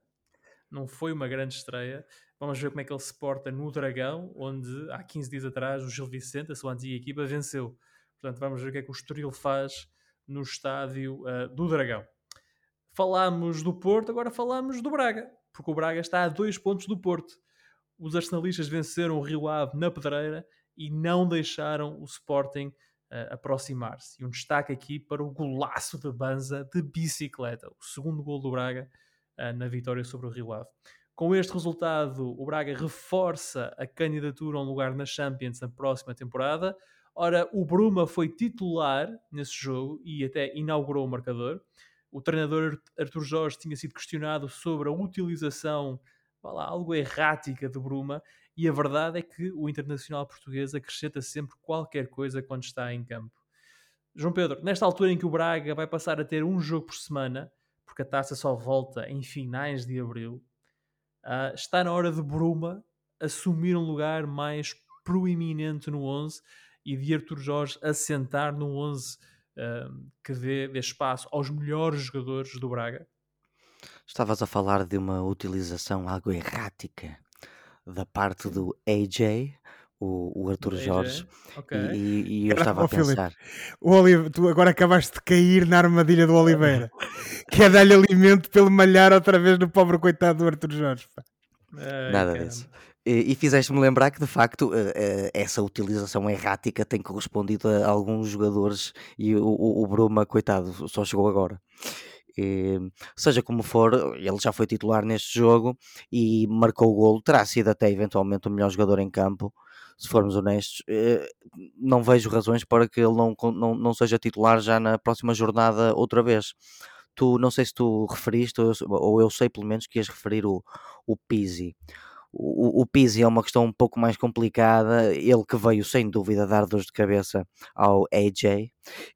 Não foi uma grande estreia. Vamos ver como é que ele se porta no Dragão, onde há 15 dias atrás o Gil Vicente, a sua antiga equipa, venceu. Portanto, vamos ver o que é que o Estoril faz no estádio do Dragão. Falámos do Porto, agora falamos do Braga, porque o Braga está a 2 pontos do Porto. Os arsenalistas venceram o Rio Ave na Pedreira e não deixaram o Sporting aproximar-se. E um destaque aqui para o golaço de Banza de bicicleta, o segundo gol do Braga na vitória sobre o Rio Ave. Com este resultado, o Braga reforça a candidatura a um lugar na Champions na próxima temporada. Ora, o Bruma foi titular nesse jogo e até inaugurou o marcador. O treinador Artur Jorge tinha sido questionado sobre a utilização algo errática de Bruma, e a verdade é que o internacional português acrescenta sempre qualquer coisa quando está em campo. João Pedro, nesta altura em que o Braga vai passar a ter um jogo por semana, porque a taça só volta em finais de abril, está na hora de Bruma assumir um lugar mais proeminente no 11 e de Artur Jorge assentar no 11 que dê espaço aos melhores jogadores do Braga. Estavas a falar de uma utilização algo errática da parte do AJ, o Artur Jorge, okay. e eu estava a pensar. Tu agora acabaste de cair na armadilha do Oliveira, que é dar-lhe alimento pelo malhar outra vez no pobre coitado do Artur Jorge. Nada disso. E fizeste-me lembrar que de facto essa utilização errática tem correspondido a alguns jogadores e o Bruma, coitado, só chegou agora. Seja como for, ele já foi titular neste jogo e marcou o golo, terá sido até eventualmente o melhor jogador em campo, se formos honestos. Não vejo razões para que ele não seja titular já na próxima jornada outra vez. Não sei se tu referiste, ou eu sei pelo menos que ias referir o Pizzi. O Pizzi é uma questão um pouco mais complicada, ele que veio sem dúvida dar dores de cabeça ao AJ,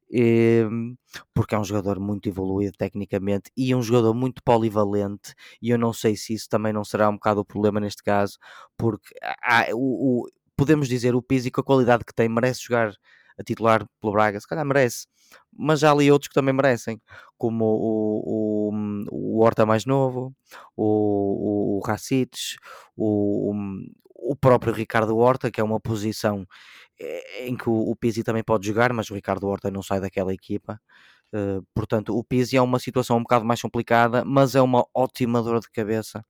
porque é um jogador muito evoluído tecnicamente e um jogador muito polivalente, e eu não sei se isso também não será um bocado o problema neste caso, porque podemos dizer o Pizzi com a qualidade que tem merece jogar a titular pelo Braga, se calhar merece, mas já há ali outros que também merecem, como o Horta mais novo, o Racites, o próprio Ricardo Horta, que é uma posição em que o Pizzi também pode jogar, mas o Ricardo Horta não sai daquela equipa. Portanto, o Pizzi é uma situação um bocado mais complicada, mas é uma ótima dor de cabeça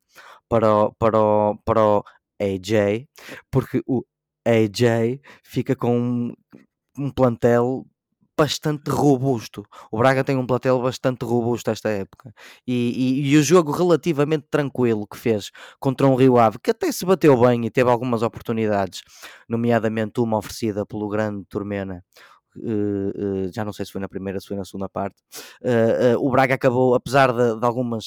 para o AJ, porque o AJ fica com um plantel bastante robusto. O Braga tem um plantel bastante robusto esta época. E o jogo relativamente tranquilo que fez contra um Rio Ave, que até se bateu bem e teve algumas oportunidades, nomeadamente uma oferecida pelo grande Turmena. Já não sei se foi na primeira, se foi na segunda parte. O Braga acabou, apesar de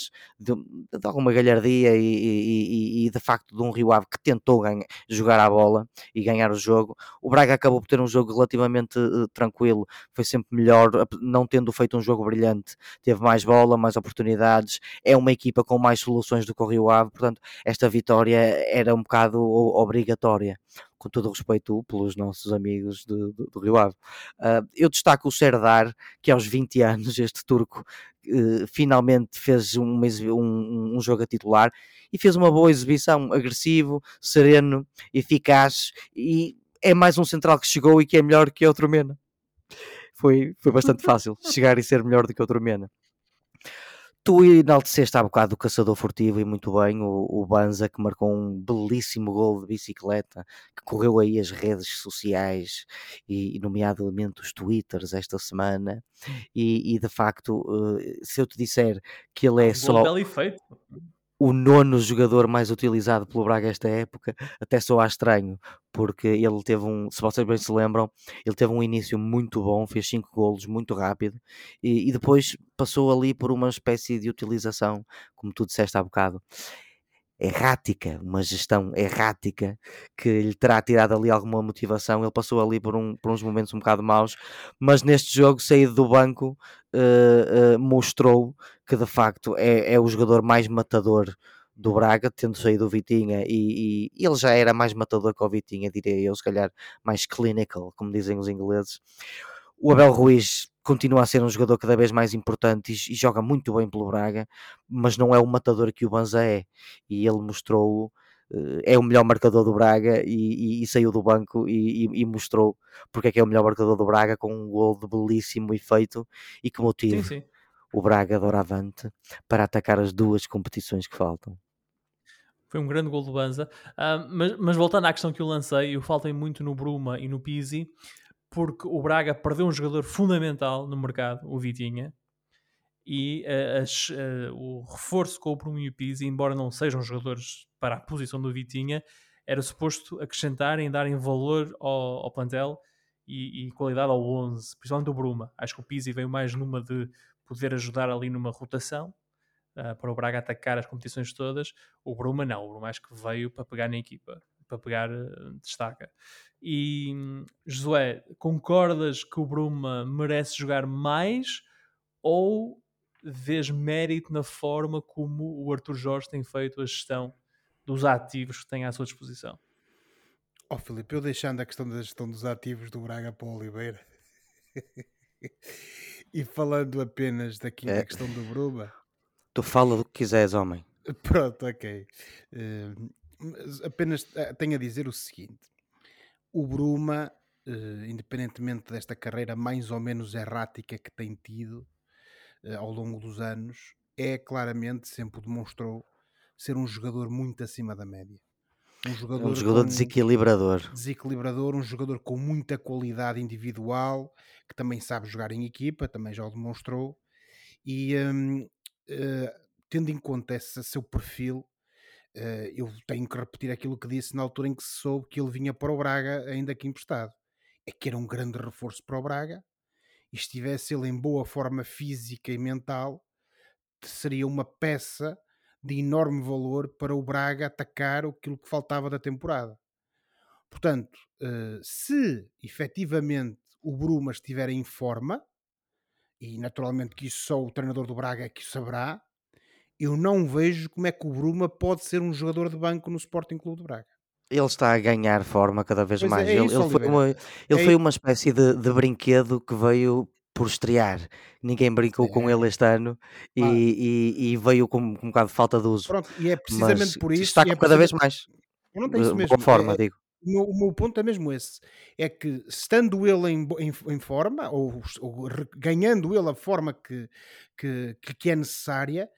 alguma galhardia e de facto de um Rio Ave que tentou jogar a bola e ganhar o jogo, o Braga acabou por ter um jogo relativamente tranquilo, foi sempre melhor, não tendo feito um jogo brilhante, teve mais bola, mais oportunidades, é uma equipa com mais soluções do que o Rio Ave, portanto esta vitória era um bocado obrigatória, com todo o respeito pelos nossos amigos do Rio Ave. Eu destaco o Serdar, que aos 20 anos, este turco, finalmente fez um jogo a titular e fez uma boa exibição, agressivo, sereno, eficaz, e é mais um central que chegou e que é melhor que outro Mena. Foi bastante fácil chegar e ser melhor do que outro Mena. Tu enalteceste há bocado o caçador furtivo e muito bem, o Banza, que marcou um belíssimo gol de bicicleta, que correu aí as redes sociais e nomeadamente os Twitters esta semana, e de facto, se eu te disser que ele é Um gol de só belo efeito. o nono jogador mais utilizado pelo Braga esta época, até soa estranho, porque ele teve se vocês bem se lembram, ele teve um início muito bom, fez 5 golos muito rápido, e depois passou ali por uma espécie de utilização, como tu disseste há bocado, errática, uma gestão errática que lhe terá tirado ali alguma motivação. Ele passou ali por uns momentos um bocado maus, mas neste jogo, saído do banco, mostrou que de facto é o jogador mais matador do Braga, tendo saído o Vitinha, e ele já era mais matador que o Vitinha, diria eu, se calhar mais clinical, como dizem os ingleses. O Abel Ruiz continua a ser um jogador cada vez mais importante e joga muito bem pelo Braga, mas não é o matador que o Banza é, e ele mostrou, é o melhor marcador do Braga e saiu do banco e mostrou porque é que é o melhor marcador do Braga, com um gol de belíssimo efeito e que motive Sim. o Braga doravante para atacar as duas competições que faltam. Foi um grande gol do Banza. Mas voltando à questão que eu lancei, eu faltei muito no Bruma e no Pizzi, porque o Braga perdeu um jogador fundamental no mercado, o Vitinha, e o reforço com o Bruno e o Pizzi, embora não sejam jogadores para a posição do Vitinha, era suposto acrescentarem, darem valor ao plantel e qualidade ao 11, principalmente o Bruma. Acho que o Pizzi veio mais numa de poder ajudar ali numa rotação, para o Braga atacar as competições todas. O Bruma não, o Bruma acho que veio para pegar na equipa, para pegar destaca. E Josué, concordas que o Bruma merece jogar mais ou vês mérito na forma como o Arthur Jorge tem feito a gestão dos ativos que tem à sua disposição? Filipe, eu deixando a questão da gestão dos ativos do Braga para o Oliveira e falando apenas daqui da questão do Bruma, Tu fala do que quiseres, homem. pronto, ok. Mas apenas tenho a dizer o seguinte: o Bruma, independentemente desta carreira mais ou menos errática que tem tido ao longo dos anos, é claramente, sempre demonstrou ser um jogador muito acima da média. Um É um jogador jogador com desequilibrador, um jogador com muita qualidade individual, que também sabe jogar em equipa, também já o demonstrou, e tendo em conta esse seu perfil, eu tenho que repetir aquilo que disse na altura em que se soube que ele vinha para o Braga, ainda que emprestado. É que era um grande reforço para o Braga, e estivesse ele em boa forma física e mental, seria uma peça de enorme valor para o Braga atacar aquilo que faltava da temporada. Portanto, se efetivamente o Bruma estiver em forma, e naturalmente que isso só o treinador do Braga é que o saberá, eu não vejo como é que o Bruma pode ser um jogador de banco no Sporting Clube de Braga. ele está a ganhar forma cada vez Pois é, mais. é isso, Oliveira. Ele É foi uma espécie de brinquedo que veio por estrear. Ninguém brincou com ele este ano Pá, e veio com um bocado de falta de uso. pronto, e é precisamente Mas por isso, está e é com cada vez precisamente, mais pronto, é isso boa mesmo. forma, digo. O meu ponto é mesmo esse. É que estando ele em forma, ou ganhando ele a forma que é necessária,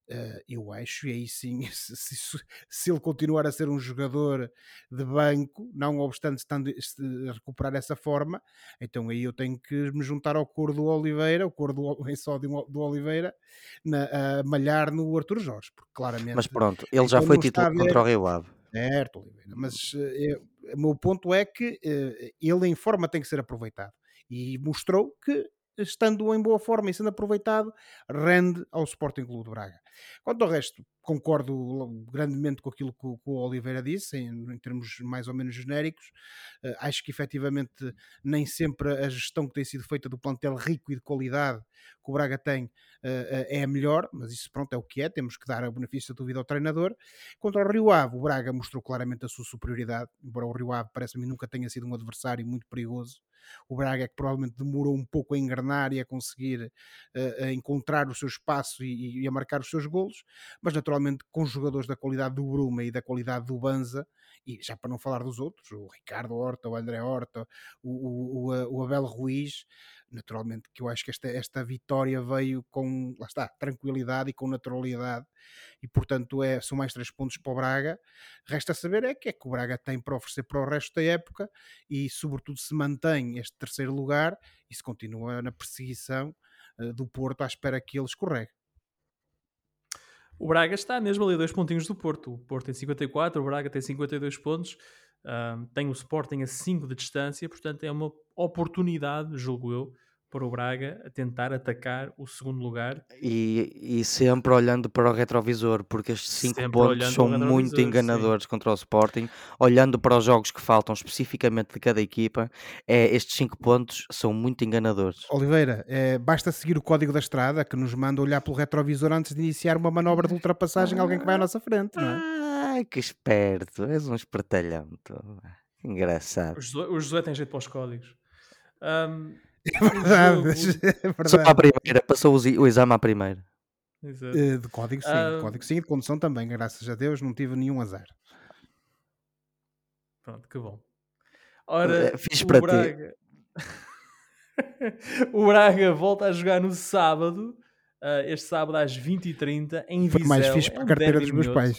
Eu acho, e aí sim, se ele continuar a ser um jogador de banco, não obstante a recuperar essa forma, então aí eu tenho que me juntar ao coro do Oliveira, o coro do homem só do Oliveira, a malhar no Arthur Jorge, porque Mas claramente pronto, ele já então foi não está a titular contra ver. o Rio Ave. Certo, Oliveira, mas o meu ponto é que ele em forma tem que ser aproveitado e mostrou que estando em boa forma e sendo aproveitado rende ao Sporting Clube de Braga. Quanto ao resto, concordo grandemente com aquilo que o Oliveira disse, em termos mais ou menos genéricos. Acho que efetivamente nem sempre a gestão que tem sido feita do plantel rico e de qualidade que o Braga tem é a melhor, mas isso pronto é o que é, temos que dar o benefício da dúvida ao treinador. Contra o Rio Ave, o Braga mostrou claramente a sua superioridade, embora o Rio Ave parece-me nunca tenha sido um adversário muito perigoso. O Braga é que provavelmente demorou um pouco a engrenar e a conseguir a encontrar o seu espaço e a marcar os seus golos, mas naturalmente com jogadores da qualidade do Bruma e da qualidade do Banza, e já para não falar dos outros, o Ricardo Horta, o André Horta, o Abel Ruiz, naturalmente que eu acho que esta vitória veio com, lá está, tranquilidade e com naturalidade, e portanto são mais 3 pontos para o Braga. Resta saber que o Braga tem para oferecer para o resto da época e sobretudo se mantém este terceiro lugar e se continua na perseguição do Porto à espera que ele escorregue. O Braga está mesmo ali a 2 pontinhos do Porto. O Porto tem 54, o Braga tem 52 pontos. Tem o Sporting a 5 de distância, portanto é uma oportunidade, julgo eu, para o Braga a tentar atacar o segundo lugar, E sempre olhando para o retrovisor, porque estes 5 sempre pontos olhando são para o muito retrovisor, sim. enganadores contra o Sporting. Olhando para os jogos que faltam especificamente de cada equipa, estes 5 pontos são muito enganadores. Oliveira, basta seguir o código da estrada que nos manda olhar pelo retrovisor antes de iniciar uma manobra de ultrapassagem a alguém que vai à nossa frente, não é? Ai, que esperto, és um espertalhão. Engraçado. O José tem jeito para os códigos. Um, É o verdade, jogo. é Passou à verdade. primeira, passou o exame à primeira. Exato. De código Um, sim, de condução também, graças a Deus não tive nenhum azar. pronto, que bom. Ora, Fiz o para ti. Braga. O Braga volta a jogar no sábado, este sábado às 20h30, em Foi mais Vizela. fixe É para a um carteira derby dos meus minhoto. pais.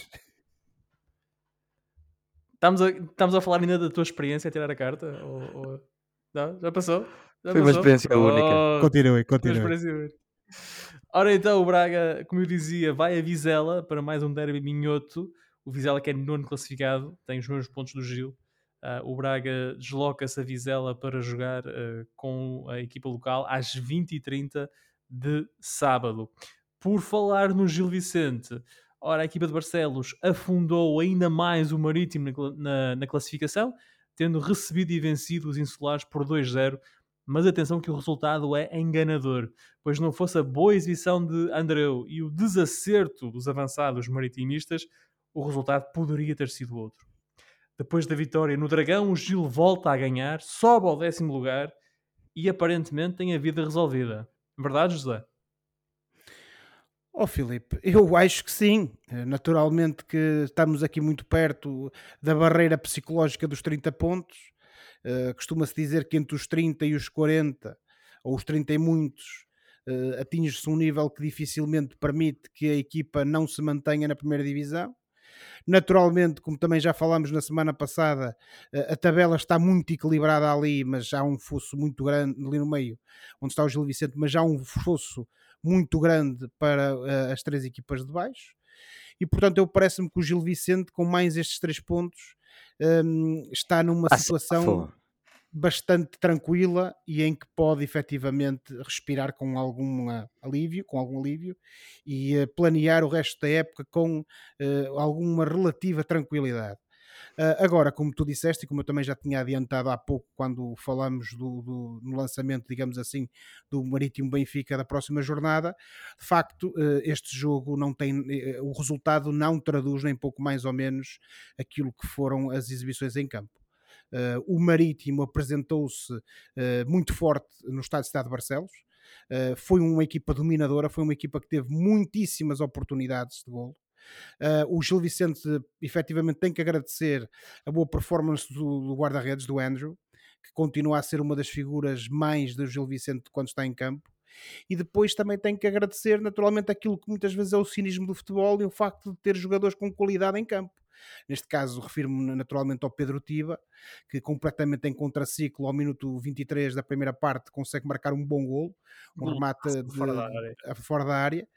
Estamos a falar ainda da tua experiência a tirar a carta? Não? Já passou? Já Foi uma passou? experiência única. Pronto. Continue, Tua continue. experiência única. Ora então, o Braga, como eu dizia, vai a Vizela para mais um derby minhoto. O Vizela, que é nono classificado, tem os mesmos pontos do Gil. O Braga desloca-se a Vizela para jogar com a equipa local às 20h30 de sábado. Por falar no Gil Vicente, ora, a equipa de Barcelos afundou ainda mais o Marítimo na classificação, tendo recebido e vencido os insulares por 2-0. Mas atenção que o resultado é enganador, pois não fosse a boa exibição de Andreu e o desacerto dos avançados maritimistas, o resultado poderia ter sido outro. Depois da vitória no Dragão, o Gil volta a ganhar, sobe ao 10º lugar e aparentemente tem a vida resolvida. Verdade, José? Filipe, eu acho que sim. Naturalmente que estamos aqui muito perto da barreira psicológica dos 30 pontos. Costuma-se dizer que entre os 30 e os 40, ou os 30 e muitos, atinge-se um nível que dificilmente permite que a equipa não se mantenha na primeira divisão. Naturalmente, como também já falámos na semana passada, a tabela está muito equilibrada ali, mas há um fosso muito grande ali no meio, onde está o Gil Vicente, mas já há um fosso muito grande para as 3 equipas de baixo. E portanto, eu parece-me que o Gil Vicente, com mais estes 3 pontos, está numa situação Safo. bastante tranquila e em que pode efetivamente respirar com algum alívio e planear o resto da época com alguma relativa tranquilidade. Agora, como tu disseste, e como eu também já tinha adiantado há pouco quando falamos no lançamento, digamos assim, do Marítimo Benfica da próxima jornada, de facto, este jogo não tem, o resultado não traduz nem pouco mais ou menos aquilo que foram as exibições em campo. O Marítimo apresentou-se muito forte no estádio de Estado de Barcelos. Foi uma equipa dominadora, foi uma equipa que teve muitíssimas oportunidades de golo. O Gil Vicente efetivamente tem que agradecer a boa performance do guarda-redes, do Andrew, que continua a ser uma das figuras mais do Gil Vicente quando está em campo. E depois também tem que agradecer naturalmente aquilo que muitas vezes é o cinismo do futebol e o facto de ter jogadores com qualidade em campo. Neste caso, refiro-me naturalmente ao Pedro Tiba, que completamente em contraciclo, ao minuto 23 da primeira parte, consegue marcar um bom golo, um remate Golaço de fora da área. fora da área,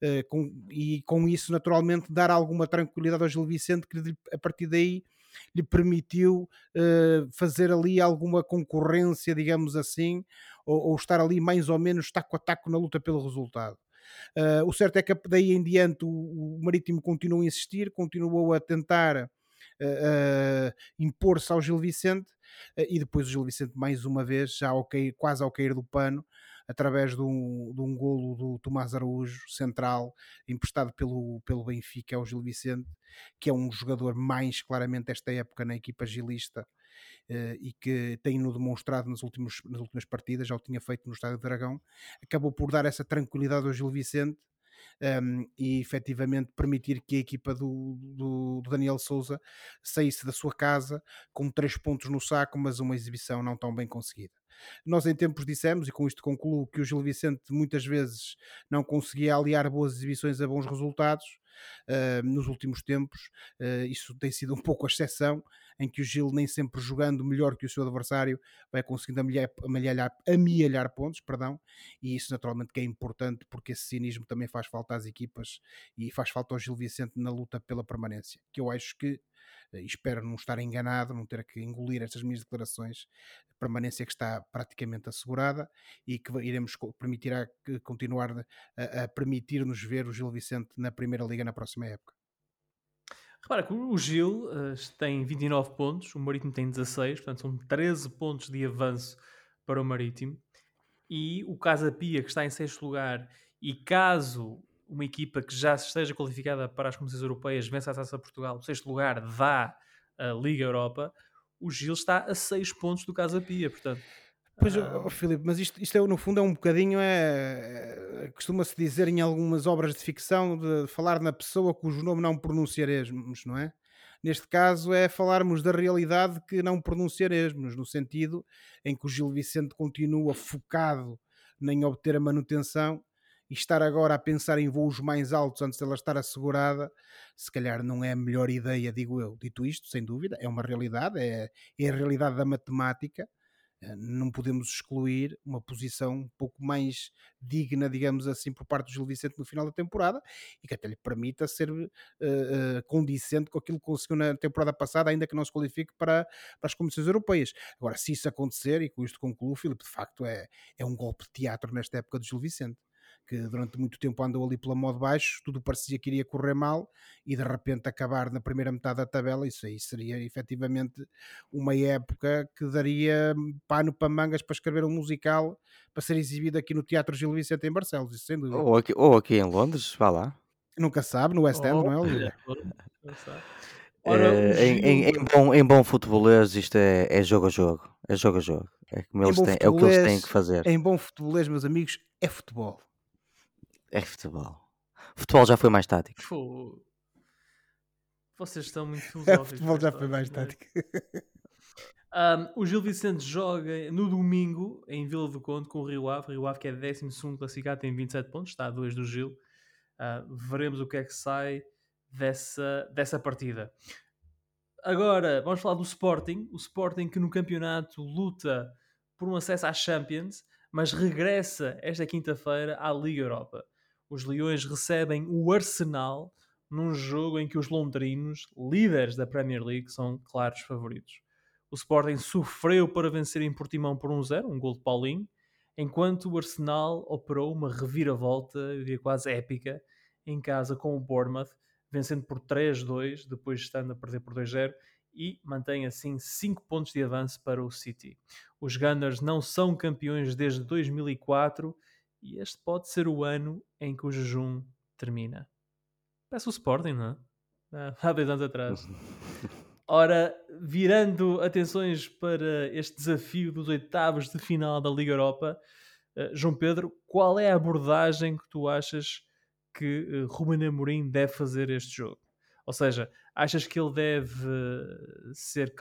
e com isso, naturalmente, dar alguma tranquilidade ao Gil Vicente, que a partir daí lhe permitiu fazer ali alguma concorrência, digamos assim, ou estar ali mais ou menos taco a taco na luta pelo resultado. O certo é que daí em diante o Marítimo continuou a insistir, continuou a tentar impor-se ao Gil Vicente, e depois o Gil Vicente mais uma vez, já quase ao cair do pano, através de um golo do Tomás Araújo, central, emprestado pelo Benfica ao Gil Vicente, que é um jogador mais claramente esta época na equipa gilista, e que tem-no demonstrado nas últimas partidas, já o tinha feito no Estádio do Dragão, acabou por dar essa tranquilidade ao Gil Vicente, e efetivamente permitir que a equipa do Daniel Souza saísse da sua casa com 3 pontos no saco, mas uma exibição não tão bem conseguida. Nós em tempos dissemos, e com isto concluo, que o Gil Vicente muitas vezes não conseguia aliar boas exibições a bons resultados. Nos últimos tempos, isso tem sido um pouco a exceção, em que o Gil nem sempre jogando melhor que o seu adversário vai conseguindo amealhar pontos, perdão, e isso naturalmente que é importante, porque esse cinismo também faz falta às equipas e faz falta ao Gil Vicente na luta pela permanência, que eu acho que, espero não estar enganado, não ter que engolir estas minhas declarações, permanência que está praticamente assegurada e que permitirá continuar a permitir-nos ver o Gil Vicente na Primeira Liga na próxima época. Repara que o Gil tem 29 pontos, o Marítimo tem 16, portanto são 13 pontos de avanço para o Marítimo. E o Casa Pia, que está em sexto lugar, e caso uma equipa que já esteja qualificada para as competições europeias vença a Taça de Portugal, o sexto lugar dá a Liga Europa, o Gil está a 6 pontos do Casa Pia, portanto... Pois, Filipe, mas isto é, no fundo é um bocadinho, costuma-se dizer em algumas obras de ficção, de falar na pessoa cujo nome não pronunciaremos, não é? Neste caso é falarmos da realidade que não pronunciaremos, no sentido em que o Gil Vicente continua focado em obter a manutenção e estar agora a pensar em voos mais altos antes dela estar assegurada, se calhar não é a melhor ideia, digo eu. Dito isto, sem dúvida, é uma realidade, é a realidade da matemática. Não podemos excluir uma posição um pouco mais digna, digamos assim, por parte do Gil Vicente no final da temporada e que até lhe permita ser condicente com aquilo que conseguiu na temporada passada, ainda que não se qualifique para as competições europeias. Agora, se isso acontecer, e com isto concluo, Filipe, de facto é um golpe de teatro nesta época do Gil Vicente, que durante muito tempo andou ali pela modo baixo, tudo parecia que iria correr mal e de repente acabar na primeira metade da tabela, isso aí seria efetivamente uma época que daria pano para mangas para escrever um musical para ser exibido aqui no Teatro Gil Vicente em Barcelos, isso sem dúvida. Ou aqui em Londres, vá lá. Nunca se sabe, no West End, Oh, não é, olha, Oliver? não sabe. Ora, o Gil... Em bom futebolês isto é jogo a jogo. É jogo a jogo. É, como Em eles bom têm, é o que eles têm que futebolês, fazer. em bom futebolês, meus amigos, é futebol. É futebol. Futebol já foi mais tático. Fô, vocês estão muito O filosóficos futebol para já esta foi hora, mais mas... tático. O Gil Vicente joga no domingo em Vila do Conde com o Rio Ave. O Rio Ave que é 12º classificado, tem 27 pontos, está a 2 do Gil. Veremos o que é que sai dessa partida. Agora, vamos falar do Sporting. O Sporting que no campeonato luta por um acesso à Champions, mas regressa esta quinta-feira à Liga Europa. Os Leões recebem o Arsenal num jogo em que os londrinos, líderes da Premier League, são claros favoritos. O Sporting sofreu para vencer em Portimão por 1-0, um gol de Paulinho, enquanto o Arsenal operou uma reviravolta, eu diria quase épica, em casa com o Bournemouth, vencendo por 3-2, depois estando a perder por 2-0, e mantém assim 5 pontos de avanço para o City. Os Gunners não são campeões desde 2004 e este pode ser o ano em que o jejum termina. Parece o Sporting, não é? Há 2 anos atrás. Ora, virando atenções para este desafio dos oitavos de final da Liga Europa, João Pedro, qual é a abordagem que tu achas que Ruben Amorim deve fazer este jogo? Ou seja, achas que ele deve ser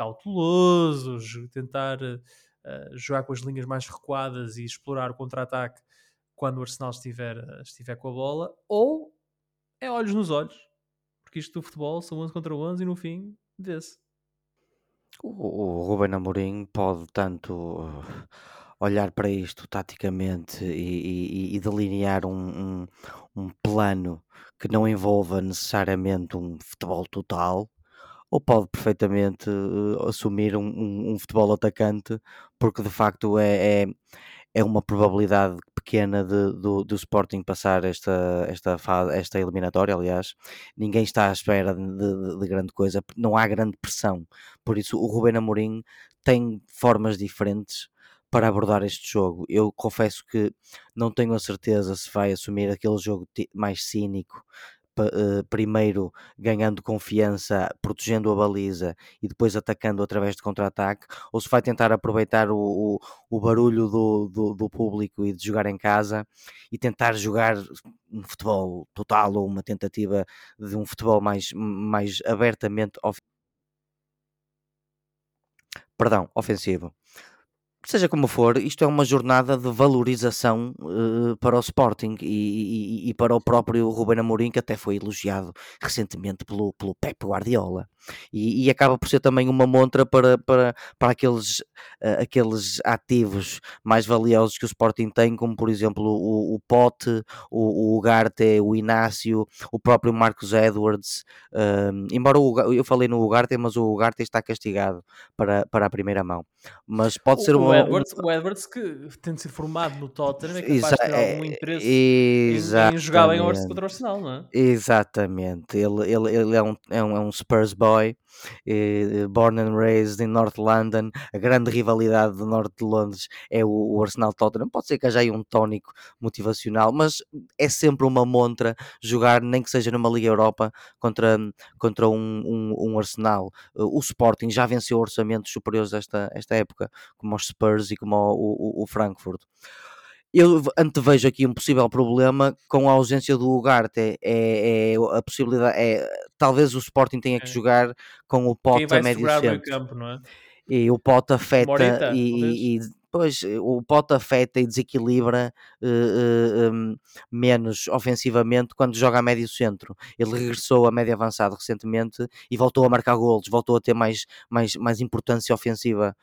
cauteloso, tentar jogar com as linhas mais recuadas e explorar o contra-ataque quando o Arsenal estiver com a bola, ou é olhos nos olhos, porque isto do futebol são 11 contra 11 e no fim vê-se. O Ruben Amorim pode tanto olhar para isto taticamente e delinear um plano que não envolva necessariamente um futebol total, ou pode perfeitamente assumir um futebol atacante, porque de facto é uma probabilidade pequena do Sporting passar esta eliminatória. Aliás, ninguém está à espera de grande coisa, não há grande pressão. Por isso, o Ruben Amorim tem formas diferentes para abordar este jogo. Eu confesso que não tenho a certeza se vai assumir aquele jogo mais cínico, primeiro ganhando confiança, protegendo a baliza e depois atacando através de contra-ataque, ou se vai tentar aproveitar o barulho do público e de jogar em casa e tentar jogar um futebol total ou uma tentativa de um futebol mais abertamente ofensivo. Seja como for, isto é uma jornada de valorização para o Sporting e para o próprio Ruben Amorim, que até foi elogiado recentemente pelo Pep Guardiola. E acaba por ser também uma montra para aqueles ativos mais valiosos que o Sporting tem, como por exemplo o Pote, o Ugarte, o Inácio, o próprio Marcos Edwards. Embora eu falei no Ugarte, mas o Ugarte está castigado para a primeira mão. Mas pode ser O Edwards, que tendo sido formado no Tottenham, é capaz de ter algum interesse em jogar bem contra o Arsenal, não é? Exatamente, ele é um Spurs boy, born and raised in North London. A grande rivalidade do norte de Londres é o Arsenal-Tottenham. Pode ser que haja aí um tónico motivacional, mas é sempre uma montra jogar, nem que seja numa Liga Europa, contra um Arsenal. O Sporting já venceu orçamentos superiores esta época, como os Spurs e como o Frankfurt. Eu antevejo aqui um possível problema com a ausência do Ugarte. A possibilidade talvez o Sporting tenha que jogar com o Quem Pote a vai médio segurar o meio centro. campo, não é? E o Pote afeta Morita, talvez. pois, o Pote afeta e desequilibra menos ofensivamente quando joga a médio centro. Ele regressou a médio avançado recentemente e voltou a marcar golos, voltou a ter mais importância ofensiva.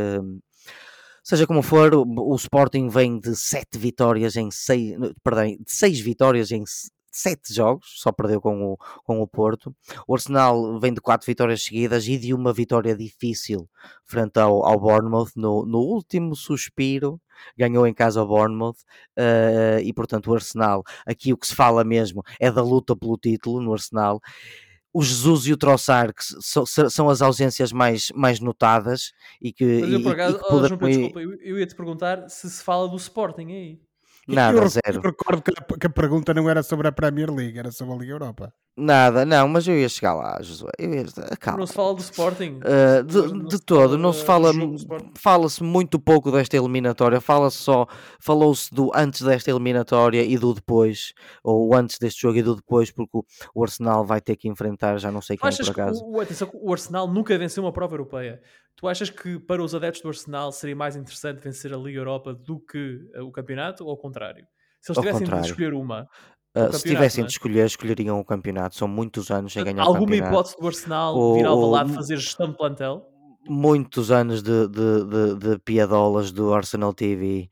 Seja como for, o Sporting vem de 7 vitórias em 6, perdão, de 6 vitórias em 7 jogos, só perdeu com o Porto. O Arsenal vem de 4 vitórias seguidas e de uma vitória difícil frente ao Bournemouth no último suspiro. Ganhou em casa ao Bournemouth e portanto o Arsenal, aqui o que se fala mesmo é da luta pelo título no Arsenal. O Jesus e o Trossard, que são as ausências mais notadas e que, Mas eu por acaso, poderão desculpa, eu ia te perguntar se fala do Sporting aí. Nada, Eu zero. recordo que a pergunta não era sobre a Premier League, era sobre a Liga Europa. Nada, não, mas eu ia chegar lá, Josué. Calma. Não se fala do Sporting. De todo, não se fala. Fala-se muito pouco desta eliminatória. Falou-se do antes desta eliminatória e do depois, ou antes deste jogo e do depois, porque o Arsenal vai ter que enfrentar já não sei quem, por acaso. Atenção, o Arsenal nunca venceu uma prova europeia. Tu achas que para os adeptos do Arsenal seria mais interessante vencer a Liga Europa do que o campeonato, ou ao contrário? Se eles tivessem de escolher uma, se tivessem de escolher, escolheriam o campeonato. São muitos anos sem ganhar o campeonato. Alguma hipótese do Arsenal vir ao Alvalade fazer gestão de plantel? Muitos anos de piadolas do Arsenal TV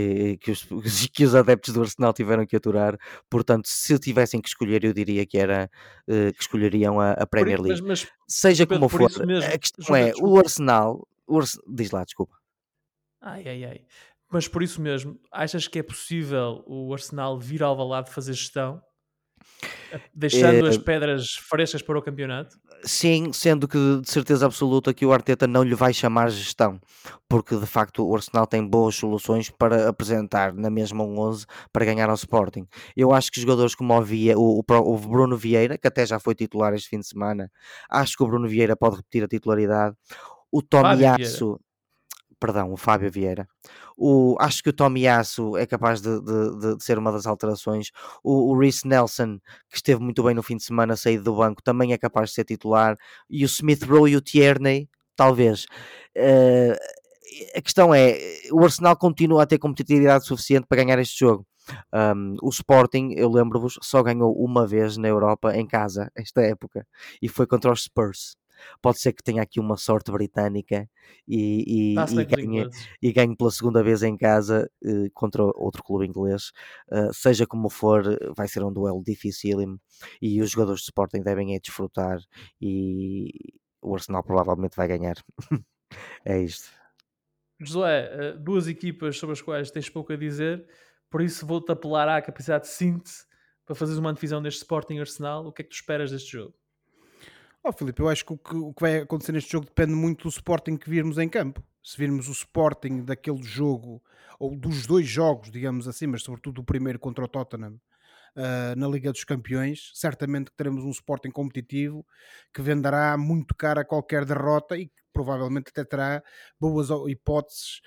que os adeptos do Arsenal tiveram que aturar. Portanto, se tivessem que escolher, eu diria que que escolheriam a Premier League. Seja como for, a questão é, o Arsenal... Diz lá, desculpa. Ai. Mas por isso mesmo, achas que é possível o Arsenal vir ao Alvalade fazer gestão? Deixando as pedras frescas para o campeonato? Sim, sendo que de certeza absoluta que o Arteta não lhe vai chamar gestão, porque de facto o Arsenal tem boas soluções para apresentar na mesma 11 para ganhar ao Sporting. Eu acho que jogadores como o Bruno Vieira, que até já foi titular este fim de semana, acho que o Bruno Vieira pode repetir a titularidade. O Tomiyasu, perdão, o Fábio Vieira. Acho que o Tomiyasu é capaz de ser uma das alterações. O Reece Nelson, que esteve muito bem no fim de semana, saído do banco, também é capaz de ser titular. E o Smith Rowe e o Tierney, talvez. A questão é, o Arsenal continua a ter competitividade suficiente para ganhar este jogo. O Sporting, eu lembro-vos, só ganhou uma vez na Europa em casa, esta época, e foi contra os Spurs. Pode ser que tenha aqui uma sorte britânica Está-se e bem com os ganhe, ingleses. e ganhe pela segunda vez em casa contra outro clube inglês. Seja como for, vai ser um duelo dificílimo e os jogadores de Sporting devem desfrutar e o Arsenal provavelmente vai ganhar. É isto. Josué, duas equipas sobre as quais tens pouco a dizer, por isso vou-te apelar à capacidade de síntese para fazeres uma antevisão deste Sporting Arsenal. O que é que tu esperas deste jogo? Filipe, eu acho que o que vai acontecer neste jogo depende muito do Sporting que virmos em campo. Se virmos o Sporting daquele jogo, ou dos dois jogos, digamos assim, mas sobretudo o primeiro contra o Tottenham, na Liga dos Campeões, certamente que teremos um Sporting competitivo que venderá muito caro a qualquer derrota e que provavelmente até terá boas hipóteses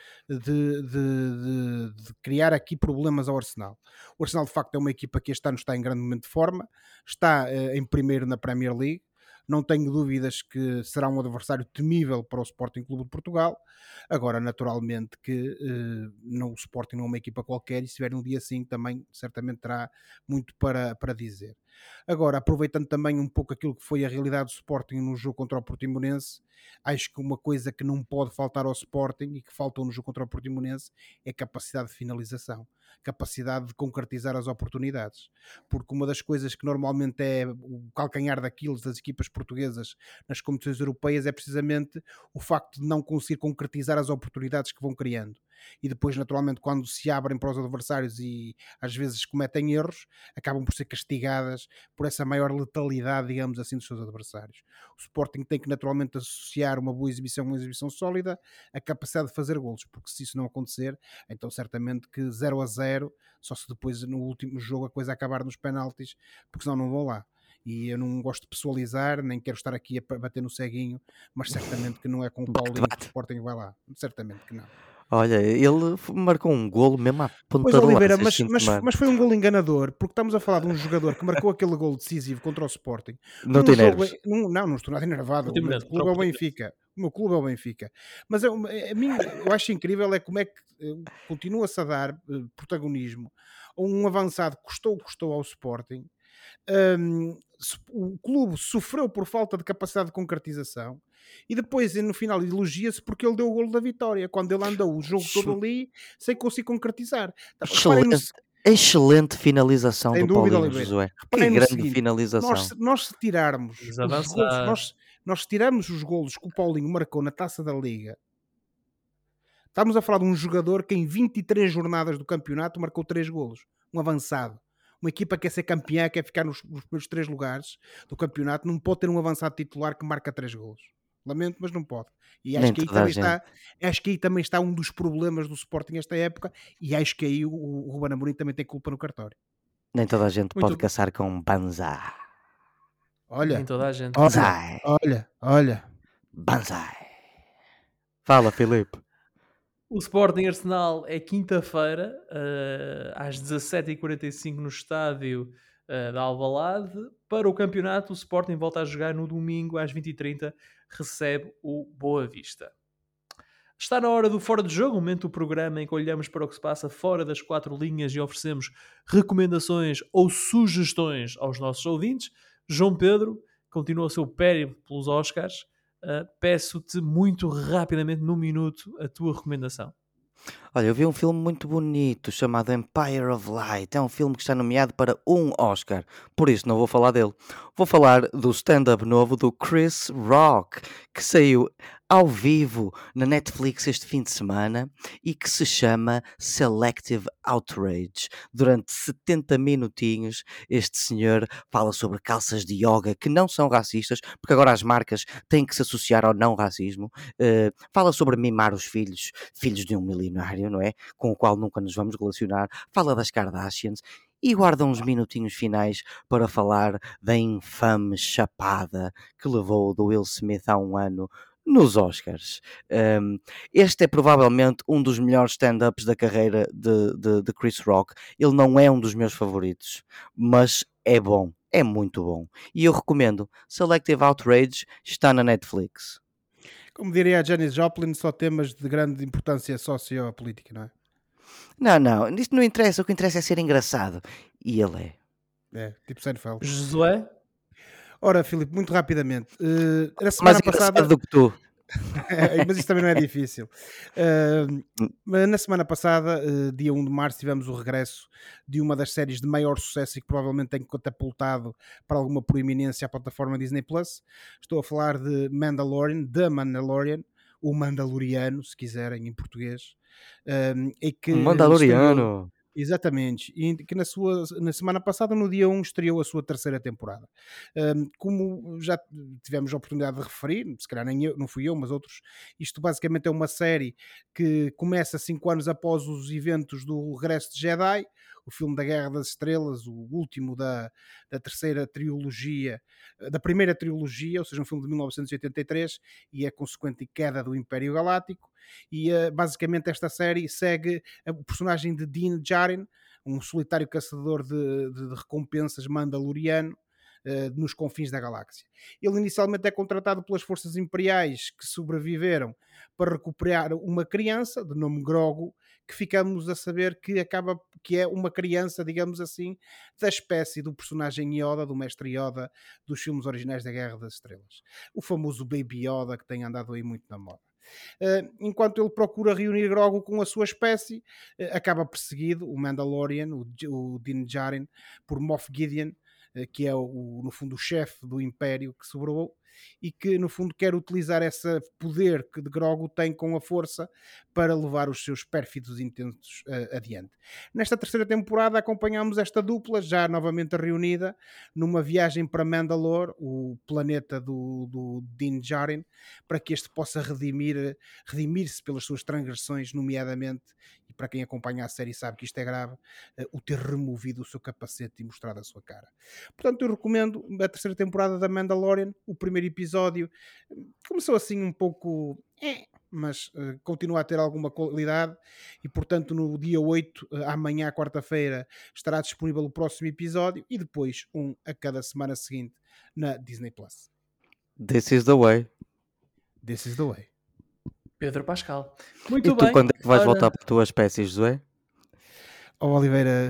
de criar aqui problemas ao Arsenal. O Arsenal de facto é uma equipa que este ano está em grande momento de forma, está em primeiro na Premier League, não tenho dúvidas que será um adversário temível para o Sporting Clube de Portugal. Agora, naturalmente que o Sporting não é uma equipa qualquer e se estiver um dia assim também certamente terá muito para dizer. Agora, aproveitando também um pouco aquilo que foi a realidade do Sporting no jogo contra o Portimonense, acho que uma coisa que não pode faltar ao Sporting e que faltou no jogo contra o Portimonense é capacidade de finalização, capacidade de concretizar as oportunidades, porque uma das coisas que normalmente é o calcanhar daqueles das equipas portuguesas nas competições europeias é precisamente o facto de não conseguir concretizar as oportunidades que vão criando. E depois, naturalmente, quando se abrem para os adversários e às vezes cometem erros, acabam por ser castigadas por essa maior letalidade, digamos assim, dos seus adversários. O Sporting tem que naturalmente associar uma boa exibição, uma exibição sólida, a capacidade de fazer golos, porque se isso não acontecer, então certamente que 0-0, só se depois no último jogo a coisa acabar nos penaltis, porque senão não vão lá. E eu não gosto de pessoalizar, nem quero estar aqui a bater no ceguinho, mas certamente que não é com o Paulinho que o Sporting vai lá. Certamente que não. Olha, ele marcou um golo mesmo à Pois ponta de Oliveira, lança este fim de semana. mas foi um gol enganador, porque estamos a falar de um jogador que marcou aquele gol decisivo contra o Sporting. Não Num tem jogo, nervos. não estou nada enervado. O meu Portimonense, contra clube o é o Portimonense. Benfica. O meu clube é o Benfica. Mas a mim, eu acho incrível é como é que continua-se a dar protagonismo a um avançado que custou ao Sporting. O clube sofreu por falta de capacidade de concretização e depois no final elogia-se porque ele deu o golo da vitória, quando ele andou o jogo todo ali sem conseguir concretizar. Reparem no, Excelente finalização sem do dúvida, Paulinho Oliveira. Josué. Que Reparem no grande seguinte: finalização. nós se tirarmos Vamos os golos, avançar. nós tiramos os golos que o Paulinho marcou na Taça da Liga. Estamos a falar de um jogador que em 23 jornadas do campeonato marcou 3 golos. Um avançado. Uma equipa que quer ser campeã, quer ficar nos primeiros 3 lugares do campeonato, não pode ter um avançado titular que marca 3 golos. Lamento, mas não pode. E acho Nem que aí toda a também gente. acho que aí também está um dos problemas do Sporting esta época, e acho que aí o Ruben Amorim também tem culpa no cartório. Nem toda a gente Muito pode caçar com Banzai. Nem Olha, toda a gente. Banzai. olha. Banzai. Fala, Filipe. O Sporting Arsenal é quinta-feira, às 17h45 no estádio da Alvalade. Para o campeonato, o Sporting volta a jogar no domingo às 20h30, recebe o Boa Vista. Está na hora do Fora de Jogo, um momento do programa em que olhamos para o que se passa fora das quatro linhas e oferecemos recomendações ou sugestões aos nossos ouvintes. João Pedro continua o seu périplo pelos Oscars. Peço-te muito rapidamente, num minuto, a tua recomendação. Olha, eu vi um filme muito bonito chamado Empire of Light. É um filme que está nomeado para um Oscar. Por isso não vou falar dele. Vou falar do stand-up novo do Chris Rock, que saiu ao vivo na Netflix este fim de semana e que se chama Selective Outrage. Durante 70 minutinhos, este senhor fala sobre calças de yoga que não são racistas, porque agora as marcas têm que se associar ao não racismo. Fala sobre mimar os filhos de um milionário, não é? Com o qual nunca nos vamos relacionar. Fala das Kardashians e guarda uns minutinhos finais para falar da infame chapada que levou do Will Smith há um ano nos Oscars. Este é provavelmente um dos melhores stand-ups da carreira de Chris Rock. Ele não é um dos meus favoritos, mas é bom, é muito bom. E eu recomendo. Selective Outrage está na Netflix. Como diria a Janis Joplin, só temas de grande importância sociopolítica, não é? Não, isto não interessa, o que interessa é ser engraçado. E ele é. É, tipo Seinfeld. Josué? Ora, Filipe, muito rapidamente. Na Mais semana engraçado passada. do que tu. Mas isso também não é difícil. Mas na semana passada, dia 1 de março, tivemos o regresso de uma das séries de maior sucesso e que provavelmente tem catapultado para alguma proeminência à plataforma Disney Plus. Estou a falar de Mandalorian, The Mandalorian, o Mandaloriano, se quiserem, em português. E que estreou. Mandaloriano. Exatamente, e que na semana passada, no dia 1, estreou a sua terceira temporada. Como já tivemos a oportunidade de referir, se calhar nem eu, não fui eu, mas outros, isto basicamente é uma série que começa 5 anos após os eventos do Regresso de Jedi, o filme da Guerra das Estrelas, o último da terceira trilogia, da primeira trilogia, ou seja, um filme de 1983, e a consequente queda do Império Galáctico. E basicamente esta série segue o personagem de Din Djarin, um solitário caçador de recompensas mandaloriano, nos confins da galáxia. Ele inicialmente é contratado pelas forças imperiais que sobreviveram para recuperar uma criança de nome Grogu, que ficamos a saber que é uma criança, digamos assim, da espécie do personagem Yoda, do mestre Yoda dos filmes originais da Guerra das Estrelas. O famoso Baby Yoda que tem andado aí muito na moda. Enquanto ele procura reunir Grogu com a sua espécie, acaba perseguido, o Mandalorian, o Din Djarin, por Moff Gideon, que é no fundo o chefe do Império que sobrou e que no fundo quer utilizar esse poder que de Grogu tem com a força para levar os seus pérfidos intentos adiante. Nesta terceira temporada acompanhamos esta dupla já novamente reunida numa viagem para Mandalore, o planeta do Din Djarin, para que este possa redimir-se pelas suas transgressões, nomeadamente, e para quem acompanha a série sabe que isto é grave, o ter removido o seu capacete e mostrado a sua cara. Portanto, eu recomendo a terceira temporada da Mandalorian. O primeiro episódio começou assim um pouco... mas continua a ter alguma qualidade e, portanto, no dia 8, amanhã, quarta-feira, estará disponível o próximo episódio e depois um a cada semana seguinte na Disney Plus. This is the way. This is the way. Pedro Pascal. Muito E tu bem. quando é que vais voltar para a tua espécie, Josué? Oliveira,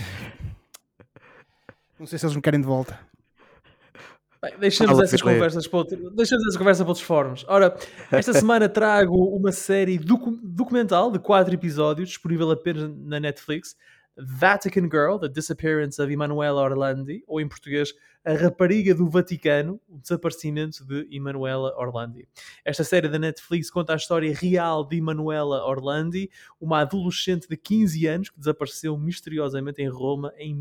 não sei se eles me querem de volta. Bem, deixamos essa conversa para outros fóruns. Ora, esta semana trago uma série documental de 4 episódios, disponível apenas na Netflix, Vatican Girl, The Disappearance of Emanuela Orlandi, ou em português, A Rapariga do Vaticano, o desaparecimento de Emanuela Orlandi. Esta série da Netflix conta a história real de Emanuela Orlandi, uma adolescente de 15 anos que desapareceu misteriosamente em Roma em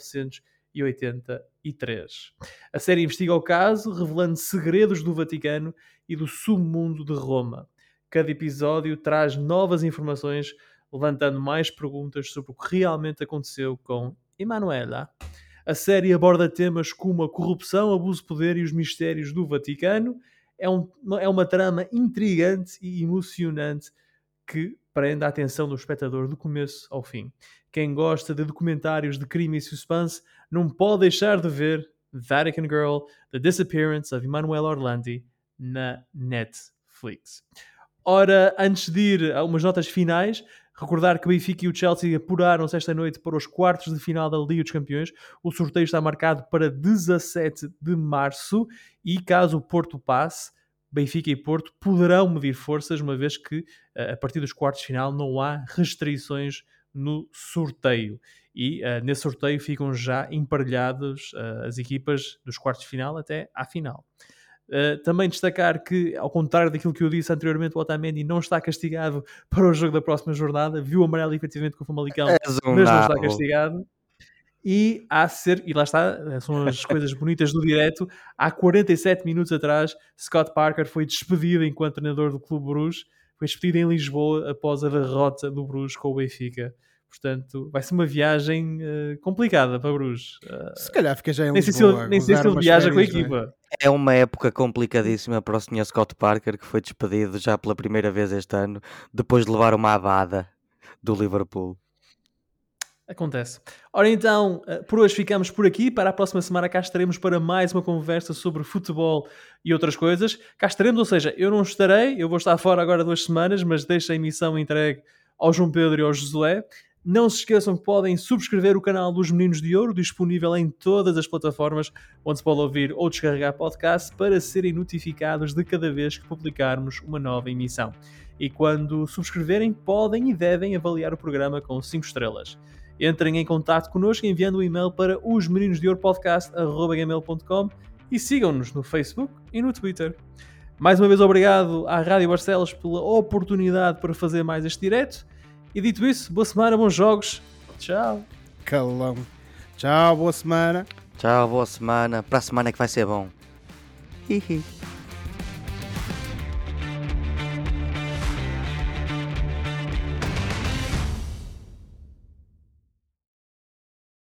1983. A série investiga o caso, revelando segredos do Vaticano e do submundo de Roma. Cada episódio traz novas informações, levantando mais perguntas sobre o que realmente aconteceu com Emanuela. A série aborda temas como a corrupção, abuso de poder e os mistérios do Vaticano. É uma trama intrigante e emocionante que prende a atenção do espectador do começo ao fim. Quem gosta de documentários de crime e suspense não pode deixar de ver Vatican Girl, The Disappearance of Emanuela Orlandi na Netflix. Ora, antes de ir a umas notas finais, recordar que o Benfica e o Chelsea apuraram-se esta noite para os quartos de final da Liga dos Campeões. O sorteio está marcado para 17 de março e caso o Porto passe, Benfica e Porto poderão medir forças, uma vez que a partir dos quartos de final não há restrições no sorteio. E nesse sorteio ficam já emparelhadas as equipas dos quartos de final até à final. Também destacar que, ao contrário daquilo que eu disse anteriormente, o Otamendi não está castigado para o jogo da próxima jornada, viu o amarelo efetivamente com o Famalicão, mas não está castigado. E lá está, são as coisas bonitas do direto. Há 47 minutos atrás, Scott Parker foi despedido enquanto treinador do Clube Bruges, foi despedido em Lisboa após a derrota do Bruges com o Benfica. Portanto, vai ser uma viagem complicada para Bruges. Se calhar fica já em Lisboa. Nem sei se ele viaja com a equipa. É uma época complicadíssima para o Sr. Scott Parker, que foi despedido já pela primeira vez este ano, depois de levar uma abada do Liverpool. Acontece. Ora então, por hoje ficamos por aqui. Para a próxima semana cá estaremos para mais uma conversa sobre futebol e outras coisas. Cá estaremos, ou seja, eu não estarei, eu vou estar fora agora 2 semanas, mas deixo a emissão entregue ao João Pedro e ao Josué. Não se esqueçam que podem subscrever o canal dos Meninos de Ouro, disponível em todas as plataformas onde se pode ouvir ou descarregar podcast, para serem notificados de cada vez que publicarmos uma nova emissão. E quando subscreverem, podem e devem avaliar o programa com 5 estrelas. Entrem em contato connosco enviando um e-mail para osmeninosdeouropodcast@gmail.com e sigam-nos no Facebook e no Twitter. Mais uma vez obrigado à Rádio Barcelos pela oportunidade para fazer mais este direto. E dito isso, boa semana, bons jogos. Tchau. Calão. Tchau, boa semana. Tchau, boa semana. Para a semana que vai ser bom. Hihi.